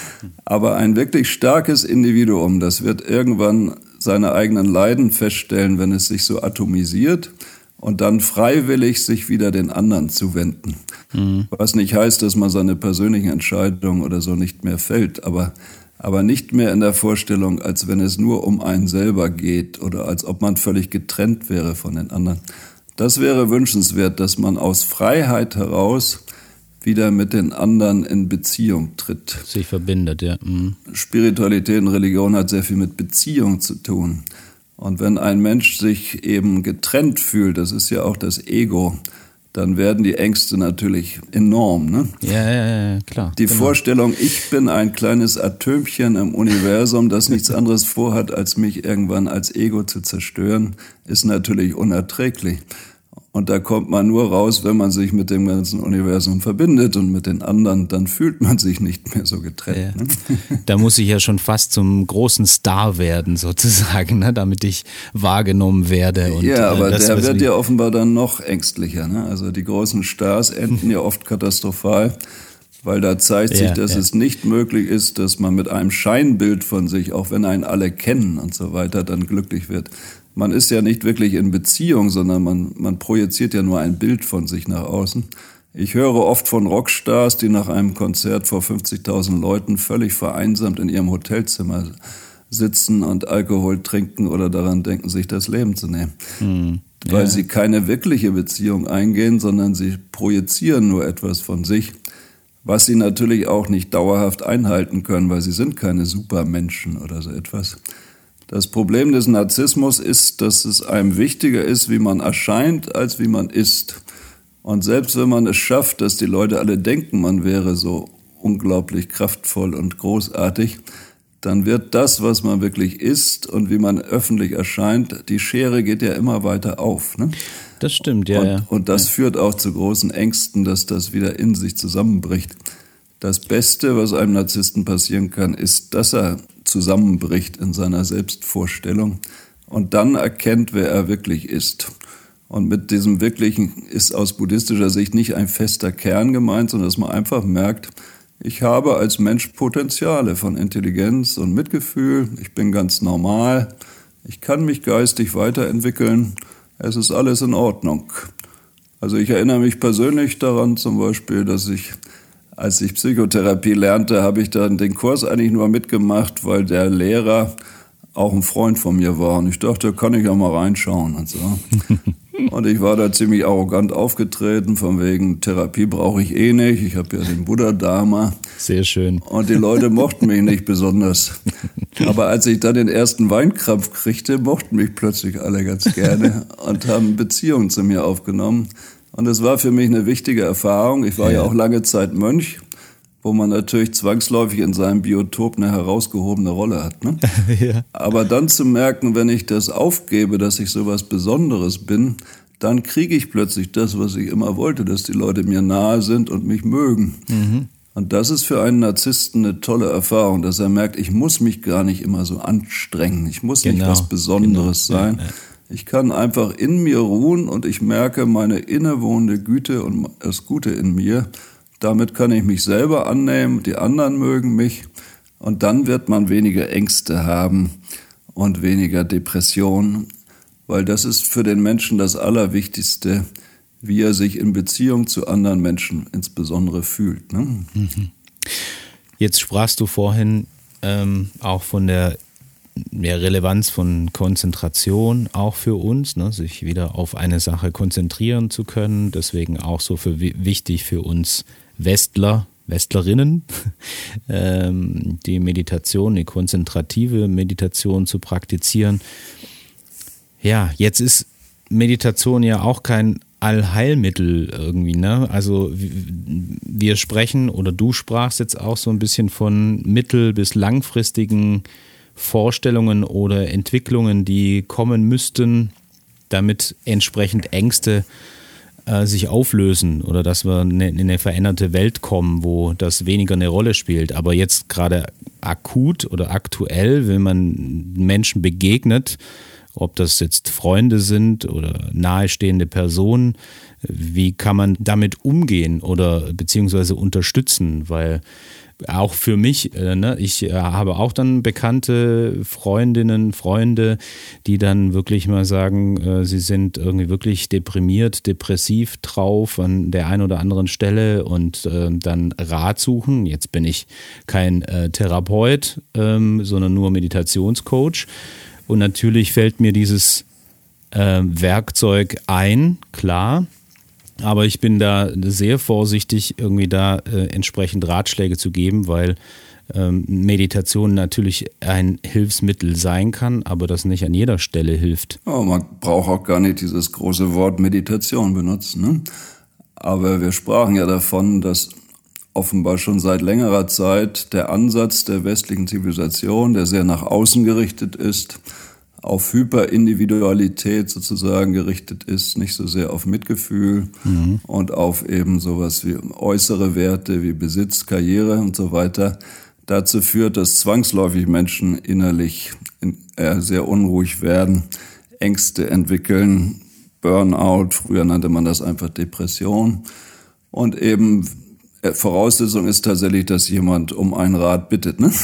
Aber ein wirklich starkes Individuum, das wird irgendwann seine eigenen Leiden feststellen, wenn es sich so atomisiert und dann freiwillig sich wieder den anderen zuwenden. Mhm. Was nicht heißt, dass man seine persönlichen Entscheidungen oder so nicht mehr fällt, aber, aber nicht mehr in der Vorstellung, als wenn es nur um einen selber geht oder als ob man völlig getrennt wäre von den anderen. Das wäre wünschenswert, dass man aus Freiheit heraus wieder mit den anderen in Beziehung tritt. Sich verbindet, ja. Mhm. Spiritualität und Religion hat sehr viel mit Beziehung zu tun. Und wenn ein Mensch sich eben getrennt fühlt, das ist ja auch das Ego, dann werden die Ängste natürlich enorm. Ne? Ja, ja, ja, klar. Die genau. Vorstellung, ich bin ein kleines Atömchen im Universum, das nichts anderes vorhat, als mich irgendwann als Ego zu zerstören, ist natürlich unerträglich. Und da kommt man nur raus, wenn man sich mit dem ganzen Universum verbindet und mit den anderen, dann fühlt man sich nicht mehr so getrennt. Ja. Ne? Da muss ich ja schon fast zum großen Star werden sozusagen, ne? Damit ich wahrgenommen werde. Und, ja, aber das, der wird ja offenbar dann noch ängstlicher. Ne? Also die großen Stars enden ja oft katastrophal, weil da zeigt sich, ja, dass ja. es nicht möglich ist, dass man mit einem Scheinbild von sich, auch wenn einen alle kennen und so weiter, dann glücklich wird. Man ist ja nicht wirklich in Beziehung, sondern man, man projiziert ja nur ein Bild von sich nach außen. Ich höre oft von Rockstars, die nach einem Konzert vor fünfzigtausend Leuten völlig vereinsamt in ihrem Hotelzimmer sitzen und Alkohol trinken oder daran denken, sich das Leben zu nehmen. Hm, ja. Weil sie keine wirkliche Beziehung eingehen, sondern sie projizieren nur etwas von sich, was sie natürlich auch nicht dauerhaft einhalten können, weil sie sind keine Supermenschen oder so etwas. Das Problem des Narzissmus ist, dass es einem wichtiger ist, wie man erscheint, als wie man ist. Und selbst wenn man es schafft, dass die Leute alle denken, man wäre so unglaublich kraftvoll und großartig, dann wird das, was man wirklich ist und wie man öffentlich erscheint, die Schere geht ja immer weiter auf. Ne? Das stimmt, ja. Und, ja. und das ja. führt auch zu großen Ängsten, dass das wieder in sich zusammenbricht. Das Beste, was einem Narzissten passieren kann, ist, dass er zusammenbricht in seiner Selbstvorstellung und dann erkennt, wer er wirklich ist. Und mit diesem Wirklichen ist aus buddhistischer Sicht nicht ein fester Kern gemeint, sondern dass man einfach merkt, ich habe als Mensch Potenziale von Intelligenz und Mitgefühl, ich bin ganz normal, ich kann mich geistig weiterentwickeln, es ist alles in Ordnung. Also ich erinnere mich persönlich daran zum Beispiel, dass ich, als ich Psychotherapie lernte, habe ich dann den Kurs eigentlich nur mitgemacht, weil der Lehrer auch ein Freund von mir war. Und ich dachte, kann ich ja mal reinschauen und so. Und ich war da ziemlich arrogant aufgetreten, von wegen Therapie brauche ich eh nicht, ich habe ja den Buddha-Dharma. Sehr schön. Und die Leute mochten mich nicht besonders. Aber als ich dann den ersten Weinkrampf kriegte, mochten mich plötzlich alle ganz gerne und haben Beziehungen zu mir aufgenommen. Und das war für mich eine wichtige Erfahrung. Ich war ja, ja auch lange Zeit Mönch, wo man natürlich zwangsläufig in seinem Biotop eine herausgehobene Rolle hat. Ne? Ja. Aber dann zu merken, wenn ich das aufgebe, dass ich sowas Besonderes bin, dann kriege ich plötzlich das, was ich immer wollte, dass die Leute mir nahe sind und mich mögen. Mhm. Und das ist für einen Narzissten eine tolle Erfahrung, dass er merkt, ich muss mich gar nicht immer so anstrengen, ich muss genau, nicht was Besonderes genau. sein. Ja, ja. Ich kann einfach in mir ruhen und ich merke meine innewohnende Güte und das Gute in mir. Damit kann ich mich selber annehmen, die anderen mögen mich und dann wird man weniger Ängste haben und weniger Depressionen, weil das ist für den Menschen das Allerwichtigste, wie er sich in Beziehung zu anderen Menschen insbesondere fühlt. Ne? Jetzt sprachst du vorhin ähm, auch von der ja, Relevanz von Konzentration auch für uns, ne? Sich wieder auf eine Sache konzentrieren zu können, deswegen auch so für wichtig für uns Westler, Westlerinnen, ähm, die Meditation, die konzentrative Meditation zu praktizieren. Ja, jetzt ist Meditation ja auch kein Allheilmittel irgendwie, ne? Also wir sprechen oder du sprachst jetzt auch so ein bisschen von mittel- bis langfristigen Vorstellungen oder Entwicklungen, die kommen müssten, damit entsprechend Ängste äh, sich auflösen oder dass wir in eine veränderte Welt kommen, wo das weniger eine Rolle spielt. Aber jetzt gerade akut oder aktuell, wenn man Menschen begegnet, ob das jetzt Freunde sind oder nahestehende Personen, wie kann man damit umgehen oder beziehungsweise unterstützen? Weil auch für mich, äh, ne, ich äh, habe auch dann bekannte Freundinnen, Freunde, die dann wirklich mal sagen, äh, sie sind irgendwie wirklich deprimiert, depressiv drauf an der einen oder anderen Stelle und äh, dann Rat suchen. Jetzt bin ich kein äh, Therapeut, ähm, sondern nur Meditationscoach. Und natürlich fällt mir dieses äh, Werkzeug ein, klar. Aber ich bin da sehr vorsichtig, irgendwie da äh, entsprechend Ratschläge zu geben, weil ähm, Meditation natürlich ein Hilfsmittel sein kann, aber das nicht an jeder Stelle hilft. Oh, man braucht auch gar nicht dieses große Wort Meditation benutzen, ne? Aber wir sprachen ja davon, dass offenbar schon seit längerer Zeit der Ansatz der westlichen Zivilisation, der sehr nach außen gerichtet ist, auf Hyperindividualität sozusagen gerichtet ist, nicht so sehr auf Mitgefühl mhm. und auf eben sowas wie äußere Werte wie Besitz, Karriere und so weiter, dazu führt, dass zwangsläufig Menschen innerlich äh, sehr unruhig werden, Ängste entwickeln, Burnout, früher nannte man das einfach Depression und eben Voraussetzung ist tatsächlich, dass jemand um einen Rat bittet. Ne?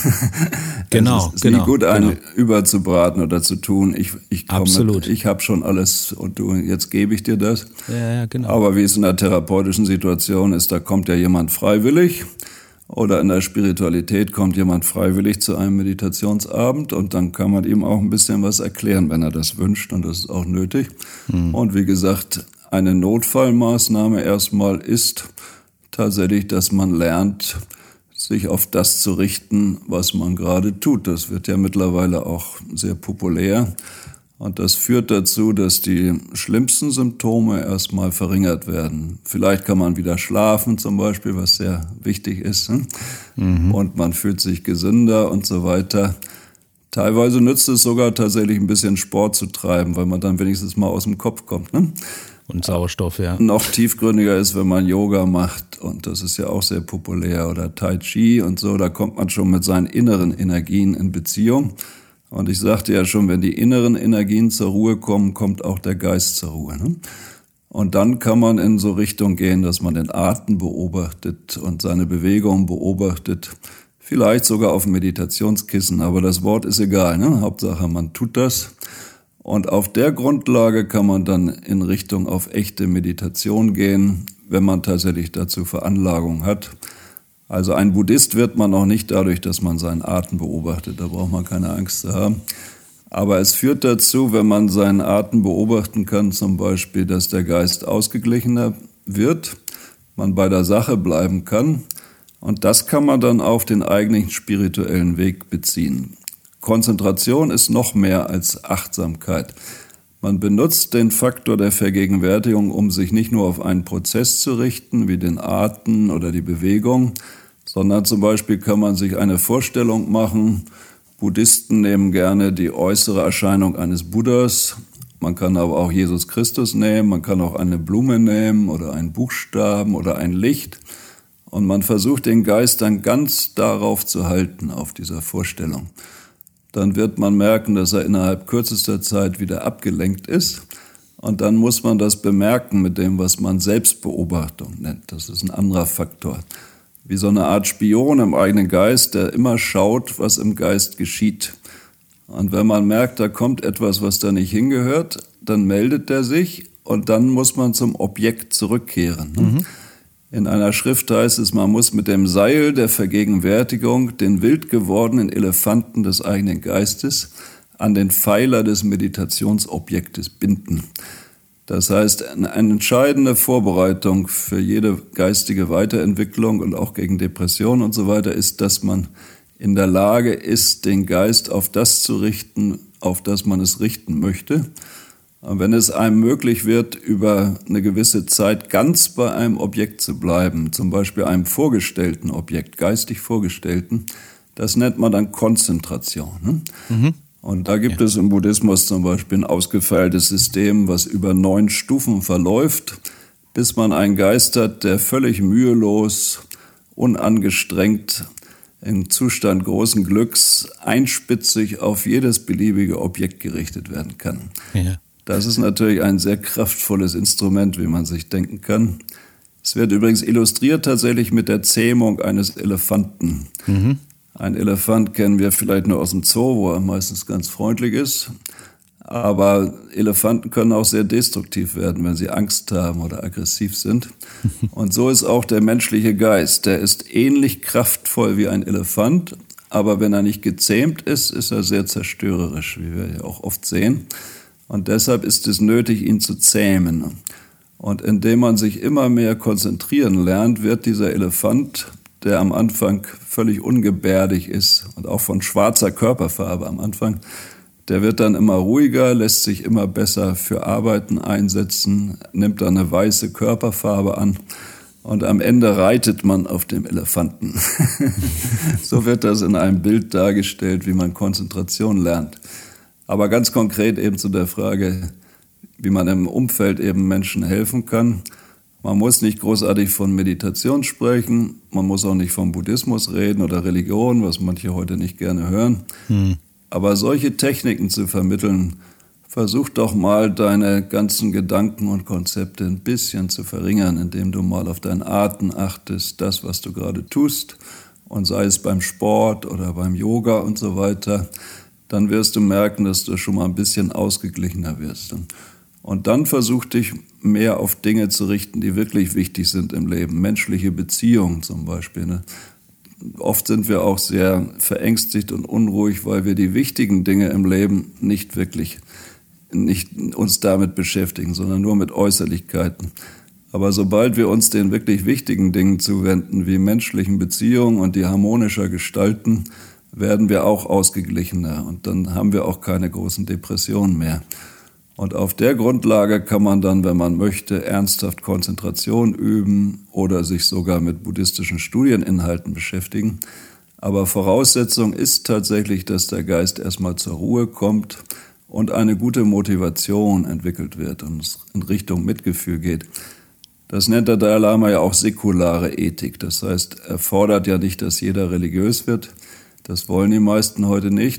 Genau, es ist genau. nicht gut, einen genau. überzubraten oder zu tun. Ich, ich komme, Absolut. Ich habe schon alles und du, jetzt gebe ich dir das. Ja, ja, genau. Aber wie es in der therapeutischen Situation ist, da kommt ja jemand freiwillig oder in der Spiritualität kommt jemand freiwillig zu einem Meditationsabend und dann kann man ihm auch ein bisschen was erklären, wenn er das wünscht und das ist auch nötig. Hm. Und wie gesagt, eine Notfallmaßnahme erstmal ist tatsächlich, dass man lernt, sich auf das zu richten, was man gerade tut. Das wird ja mittlerweile auch sehr populär. Und das führt dazu, dass die schlimmsten Symptome erstmal verringert werden. Vielleicht kann man wieder schlafen zum Beispiel, was sehr wichtig ist. Ne? Mhm. Und man fühlt sich gesünder und so weiter. Teilweise nützt es sogar tatsächlich ein bisschen Sport zu treiben, weil man dann wenigstens mal aus dem Kopf kommt. Ne? Und Sauerstoff, ja. Noch tiefgründiger ist, wenn man Yoga macht und das ist ja auch sehr populär oder Tai Chi und so, da kommt man schon mit seinen inneren Energien in Beziehung Und ich sagte ja schon, wenn die inneren Energien zur Ruhe kommen, kommt auch der Geist zur Ruhe. Ne? Und dann kann man in so Richtung gehen, dass man den Atem beobachtet und seine Bewegung beobachtet. Vielleicht sogar auf dem Meditationskissen, aber das Wort ist egal. Ne? Hauptsache, man tut das. Und auf der Grundlage kann man dann in Richtung auf echte Meditation gehen, wenn man tatsächlich dazu Veranlagung hat. Also ein Buddhist wird man auch nicht dadurch, dass man seinen Atem beobachtet. Da braucht man keine Angst zu haben. Aber es führt dazu, wenn man seinen Atem beobachten kann, zum Beispiel, dass der Geist ausgeglichener wird, man bei der Sache bleiben kann. Und das kann man dann auf den eigentlichen spirituellen Weg beziehen. Konzentration ist noch mehr als Achtsamkeit. Man benutzt den Faktor der Vergegenwärtigung, um sich nicht nur auf einen Prozess zu richten, wie den Atem oder die Bewegung, sondern zum Beispiel kann man sich eine Vorstellung machen. Buddhisten nehmen gerne die äußere Erscheinung eines Buddhas. Man kann aber auch Jesus Christus nehmen, man kann auch eine Blume nehmen oder einen Buchstaben oder ein Licht. Und man versucht, den Geist dann ganz darauf zu halten, auf dieser Vorstellung. Dann wird man merken, dass er innerhalb kürzester Zeit wieder abgelenkt ist. Und dann muss man das bemerken mit dem, was man Selbstbeobachtung nennt. Das ist ein anderer Faktor. Wie so eine Art Spion im eigenen Geist, der immer schaut, was im Geist geschieht. Und wenn man merkt, da kommt etwas, was da nicht hingehört, dann meldet er sich und dann muss man zum Objekt zurückkehren. Mhm. In einer Schrift heißt es, man muss mit dem Seil der Vergegenwärtigung den wild gewordenen Elefanten des eigenen Geistes an den Pfeiler des Meditationsobjektes binden. Das heißt, eine entscheidende Vorbereitung für jede geistige Weiterentwicklung und auch gegen Depressionen und so weiter ist, dass man in der Lage ist, den Geist auf das zu richten, auf das man es richten möchte. Und wenn es einem möglich wird, über eine gewisse Zeit ganz bei einem Objekt zu bleiben, zum Beispiel einem vorgestellten Objekt, geistig vorgestellten, das nennt man dann Konzentration. Ne? Mhm. Und da gibt ja. es im Buddhismus zum Beispiel ein ausgefeiltes System, was über neun Stufen verläuft, bis man einen Geist hat, der völlig mühelos, unangestrengt, im Zustand großen Glücks, einspitzig auf jedes beliebige Objekt gerichtet werden kann. Ja. Das ist natürlich ein sehr kraftvolles Instrument, wie man sich denken kann. Es wird übrigens illustriert tatsächlich mit der Zähmung eines Elefanten. Mhm. Ein Elefant kennen wir vielleicht nur aus dem Zoo, wo er meistens ganz freundlich ist. Aber Elefanten können auch sehr destruktiv werden, wenn sie Angst haben oder aggressiv sind. Und so ist auch der menschliche Geist. Der ist ähnlich kraftvoll wie ein Elefant, aber wenn er nicht gezähmt ist, ist er sehr zerstörerisch, wie wir ja auch oft sehen. Und deshalb ist es nötig, ihn zu zähmen. Und indem man sich immer mehr konzentrieren lernt, wird dieser Elefant, der am Anfang völlig ungebärdig ist und auch von schwarzer Körperfarbe am Anfang, der wird dann immer ruhiger, lässt sich immer besser für Arbeiten einsetzen, nimmt dann eine weiße Körperfarbe an und am Ende reitet man auf dem Elefanten. So wird das in einem Bild dargestellt, wie man Konzentration lernt. Aber ganz konkret eben zu der Frage, wie man im Umfeld eben Menschen helfen kann. Man muss nicht großartig von Meditation sprechen, man muss auch nicht vom Buddhismus reden oder Religion, was manche heute nicht gerne hören. Hm. Aber solche Techniken zu vermitteln, versuch doch mal deine ganzen Gedanken und Konzepte ein bisschen zu verringern, indem du mal auf deinen Atem achtest, das, was du gerade tust, und sei es beim Sport oder beim Yoga und so weiter, dann wirst du merken, dass du schon mal ein bisschen ausgeglichener wirst. Und dann versuch dich mehr auf Dinge zu richten, die wirklich wichtig sind im Leben. Menschliche Beziehungen zum Beispiel. Ne? Oft sind wir auch sehr verängstigt und unruhig, weil wir die wichtigen Dinge im Leben nicht wirklich, nicht uns damit beschäftigen, sondern nur mit Äußerlichkeiten. Aber sobald wir uns den wirklich wichtigen Dingen zuwenden, wie menschlichen Beziehungen und die harmonischer gestalten, werden wir auch ausgeglichener und dann haben wir auch keine großen Depressionen mehr. Und auf der Grundlage kann man dann, wenn man möchte, ernsthaft Konzentration üben oder sich sogar mit buddhistischen Studieninhalten beschäftigen. Aber Voraussetzung ist tatsächlich, dass der Geist erstmal zur Ruhe kommt und eine gute Motivation entwickelt wird und es in Richtung Mitgefühl geht. Das nennt der Dalai Lama ja auch säkulare Ethik. Das heißt, er fordert ja nicht, dass jeder religiös wird. Das wollen die meisten heute nicht.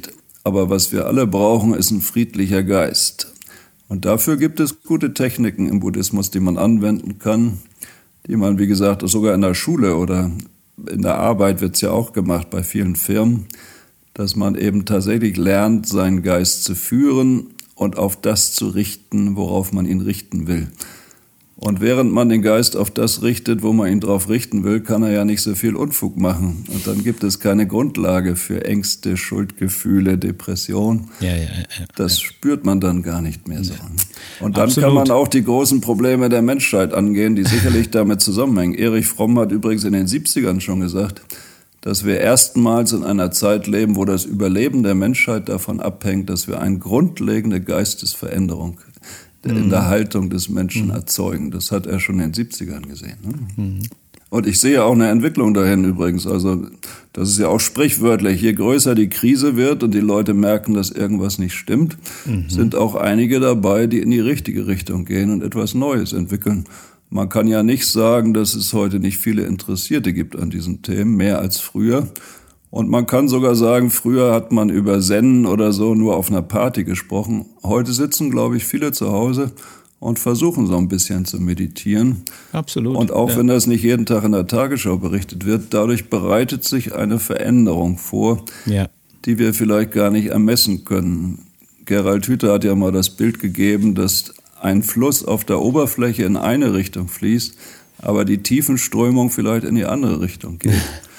Aber was wir alle brauchen, ist ein friedlicher Geist. Und dafür gibt es gute Techniken im Buddhismus, die man anwenden kann, die man, wie gesagt, sogar in der Schule oder in der Arbeit wird es ja auch gemacht bei vielen Firmen, dass man eben tatsächlich lernt, seinen Geist zu führen und auf das zu richten, worauf man ihn richten will. Und während man den Geist auf das richtet, wo man ihn drauf richten will, kann er ja nicht so viel Unfug machen. Und dann gibt es keine Grundlage für Ängste, Schuldgefühle, Depression. Ja, ja, ja, das ja. spürt man dann gar nicht mehr so. Und dann Absolut. kann man auch die großen Probleme der Menschheit angehen, die sicherlich damit zusammenhängen. Erich Fromm hat übrigens in den siebzigern schon gesagt, dass wir erstmals in einer Zeit leben, wo das Überleben der Menschheit davon abhängt, dass wir eine grundlegende Geistesveränderung in der Haltung des Menschen erzeugen. Das hat er schon in den siebzigern gesehen. Ne? Mhm. Und ich sehe auch eine Entwicklung dahin übrigens. Also das ist ja auch sprichwörtlich. Je größer die Krise wird und die Leute merken, dass irgendwas nicht stimmt, mhm. sind auch einige dabei, die in die richtige Richtung gehen und etwas Neues entwickeln. Man kann ja nicht sagen, dass es heute nicht viele Interessierte gibt an diesen Themen, mehr als früher. Und man kann sogar sagen, früher hat man über Zen oder so nur auf einer Party gesprochen. Heute sitzen, glaube ich, viele zu Hause und versuchen so ein bisschen zu meditieren. Absolut. Und auch ja. wenn das nicht jeden Tag in der Tagesschau berichtet wird, dadurch bereitet sich eine Veränderung vor, ja. die wir vielleicht gar nicht ermessen können. Gerald Hüther hat ja mal das Bild gegeben, dass ein Fluss auf der Oberfläche in eine Richtung fließt, aber die Tiefenströmung vielleicht in die andere Richtung geht.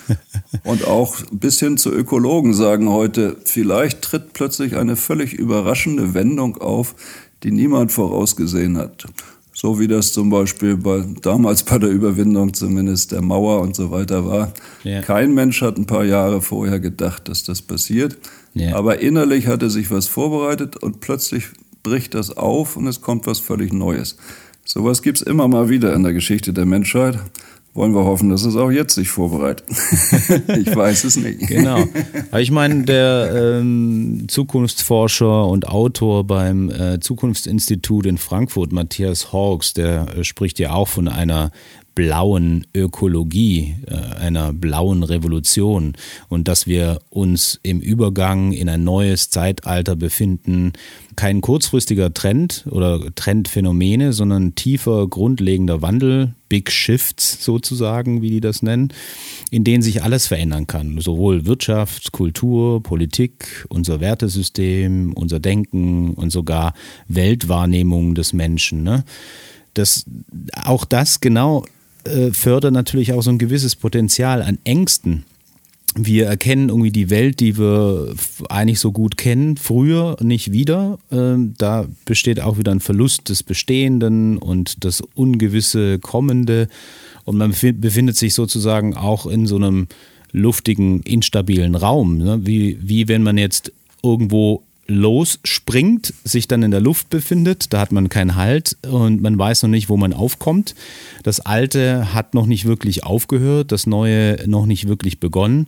Und auch bis hin zu Ökologen sagen heute, vielleicht tritt plötzlich eine völlig überraschende Wendung auf, die niemand vorausgesehen hat. So wie das zum Beispiel bei, damals bei der Überwindung zumindest der Mauer und so weiter war. Ja. Kein Mensch hat ein paar Jahre vorher gedacht, dass das passiert. Ja. Aber innerlich hatte sich was vorbereitet und plötzlich bricht das auf und es kommt was völlig Neues. Sowas gibt's immer mal wieder in der Geschichte der Menschheit. Wollen wir hoffen, dass es auch jetzt sich vorbereitet. Ich weiß es nicht. Genau. Aber ich meine, der ähm, Zukunftsforscher und Autor beim äh, Zukunftsinstitut in Frankfurt, Matthias Hawkes, der äh, spricht ja auch von einer blauen Ökologie, äh, einer blauen Revolution und dass wir uns im Übergang in ein neues Zeitalter befinden. Kein kurzfristiger Trend oder Trendphänomene, sondern tiefer, grundlegender Wandel, Big Shifts sozusagen, wie die das nennen, in denen sich alles verändern kann. Sowohl Wirtschaft, Kultur, Politik, unser Wertesystem, unser Denken und sogar Weltwahrnehmung des Menschen. Ne? Das, auch das genau äh, fördert natürlich auch so ein gewisses Potenzial an Ängsten. Wir erkennen irgendwie die Welt, die wir eigentlich so gut kennen, früher nicht wieder. Ähm, da besteht auch wieder ein Verlust des Bestehenden und das ungewisse Kommende. Und man befindet sich sozusagen auch in so einem luftigen, instabilen Raum. Ne? Wie, wie wenn man jetzt irgendwo losspringt, sich dann in der Luft befindet, da hat man keinen Halt und man weiß noch nicht, wo man aufkommt. Das Alte hat noch nicht wirklich aufgehört, das Neue noch nicht wirklich begonnen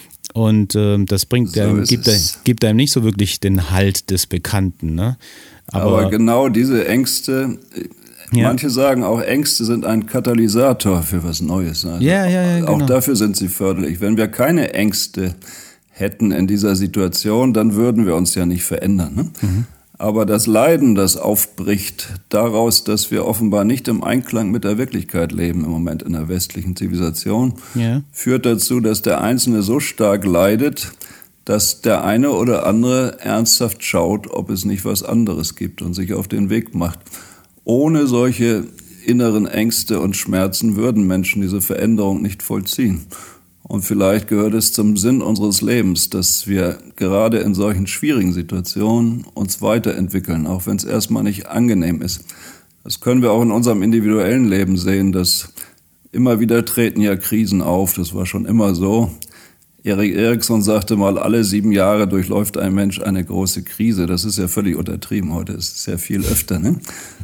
und äh, das bringt so einem, gibt, einem, gibt einem nicht so wirklich den Halt des Bekannten. Ne? Aber, Aber genau diese Ängste, ja. Manche sagen auch, Ängste sind ein Katalysator für was Neues. Also ja, ja, ja, genau. Auch dafür sind sie förderlich. Wenn wir keine Ängste hätten in dieser Situation, dann würden wir uns ja nicht verändern. Ne? Mhm. Aber das Leiden, das aufbricht daraus, dass wir offenbar nicht im Einklang mit der Wirklichkeit leben im Moment in der westlichen Zivilisation, ja. führt dazu, dass der Einzelne so stark leidet, dass der eine oder andere ernsthaft schaut, ob es nicht was anderes gibt und sich auf den Weg macht. Ohne solche inneren Ängste und Schmerzen würden Menschen diese Veränderung nicht vollziehen. Und vielleicht gehört es zum Sinn unseres Lebens, dass wir gerade in solchen schwierigen Situationen uns weiterentwickeln, auch wenn es erstmal nicht angenehm ist. Das können wir auch in unserem individuellen Leben sehen, dass immer wieder treten ja Krisen auf, das war schon immer so. Erik Erikson sagte mal, alle sieben Jahre durchläuft ein Mensch eine große Krise. Das ist ja völlig untertrieben heute, es ist ja viel öfter. Ne?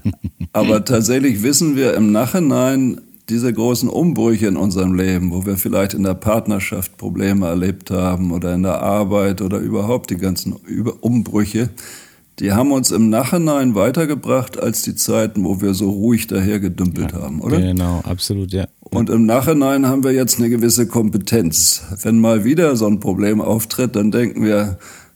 Aber tatsächlich wissen wir im Nachhinein, diese großen Umbrüche in unserem Leben, wo wir vielleicht in der Partnerschaft Probleme erlebt haben oder in der Arbeit oder überhaupt die ganzen Umbrüche, die haben uns im Nachhinein weitergebracht als die Zeiten, wo wir so ruhig dahergedümpelt ja, haben, oder? Genau, absolut, ja. Und im Nachhinein haben wir jetzt eine gewisse Kompetenz. Wenn mal wieder so ein Problem auftritt, dann denken wir,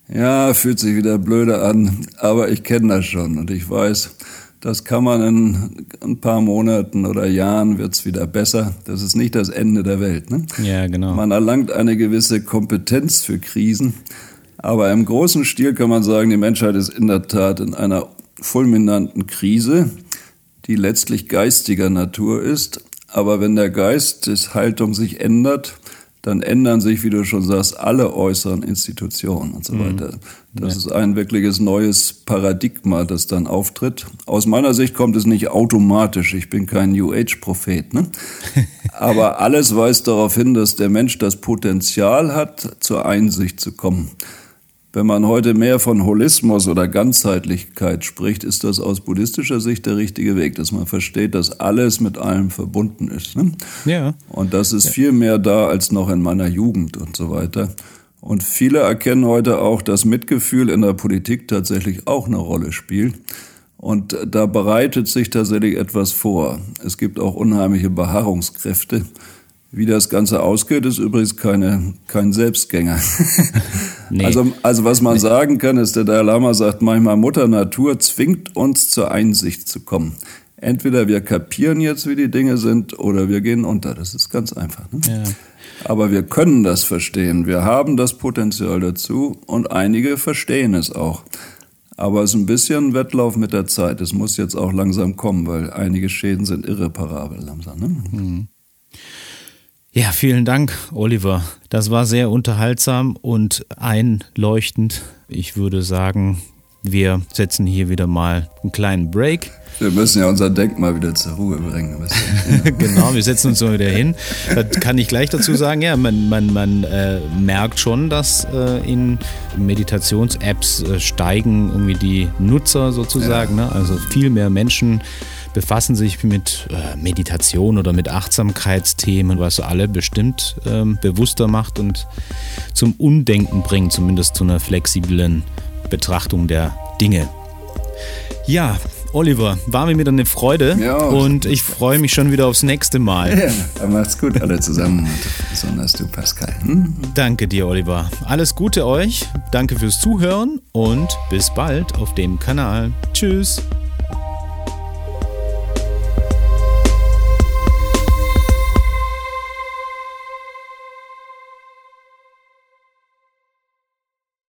Ja, fühlt sich wieder blöde an, aber ich kenne das schon und ich weiß, das kann man in ein paar Monaten oder Jahren wird's wieder besser. Das ist nicht das Ende der Welt. Ne? Ja, genau. Man erlangt eine gewisse Kompetenz für Krisen, aber im großen Stil kann man sagen, die Menschheit ist in der Tat in einer fulminanten Krise, die letztlich geistiger Natur ist. Aber wenn der Geisteshaltung sich ändert, dann ändern sich, wie du schon sagst, alle äußeren Institutionen und so weiter. Das ja. ist ein wirkliches neues Paradigma, das dann auftritt. Aus meiner Sicht kommt es nicht automatisch. Ich bin kein New Age-Prophet, ne? Aber alles weist darauf hin, dass der Mensch das Potenzial hat, zur Einsicht zu kommen. Wenn man heute mehr von Holismus oder Ganzheitlichkeit spricht, ist das aus buddhistischer Sicht der richtige Weg, dass man versteht, dass alles mit allem verbunden ist. Ne? Ja. Und das ist ja. viel mehr da als noch in meiner Jugend und so weiter. Und viele erkennen heute auch, dass Mitgefühl in der Politik tatsächlich auch eine Rolle spielt. Und da bereitet sich tatsächlich etwas vor. Es gibt auch unheimliche Beharrungskräfte. Wie das Ganze ausgeht, ist übrigens keine, kein Selbstgänger. Nee. Also, also was man nee. sagen kann, ist, der Dalai Lama sagt manchmal, Mutter Natur zwingt uns zur Einsicht zu kommen. Entweder wir kapieren jetzt, wie die Dinge sind, oder wir gehen unter. Das ist ganz einfach. Ne? Ja. Aber wir können das verstehen. Wir haben das Potenzial dazu und einige verstehen es auch. Aber es ist ein bisschen ein Wettlauf mit der Zeit. Es muss jetzt auch langsam kommen, weil einige Schäden sind irreparabel langsam. Ne? Mhm. Ja, vielen Dank, Oliver. Das war sehr unterhaltsam und einleuchtend. Ich würde sagen, wir setzen hier wieder mal einen kleinen Break. Wir müssen ja unser Denkmal wieder zur Ruhe bringen. Genau, wir setzen uns mal wieder hin. Da kann ich gleich dazu sagen, ja, man, man, man äh, merkt schon, dass äh, in Meditations-Apps äh, steigen irgendwie die Nutzer sozusagen. Ja. Ne? Also viel mehr Menschen befassen sich mit äh, Meditation oder mit Achtsamkeitsthemen, was alle bestimmt ähm, bewusster macht und zum Umdenken bringt, zumindest zu einer flexiblen Betrachtung der Dinge. Ja, Oliver, war mir wieder eine Freude ja, und ich freue mich schon wieder aufs nächste Mal. Ja, macht's gut alle zusammen und besonders du, Pascal. Hm? Danke dir, Oliver. Alles Gute euch, danke fürs Zuhören und bis bald auf dem Kanal. Tschüss.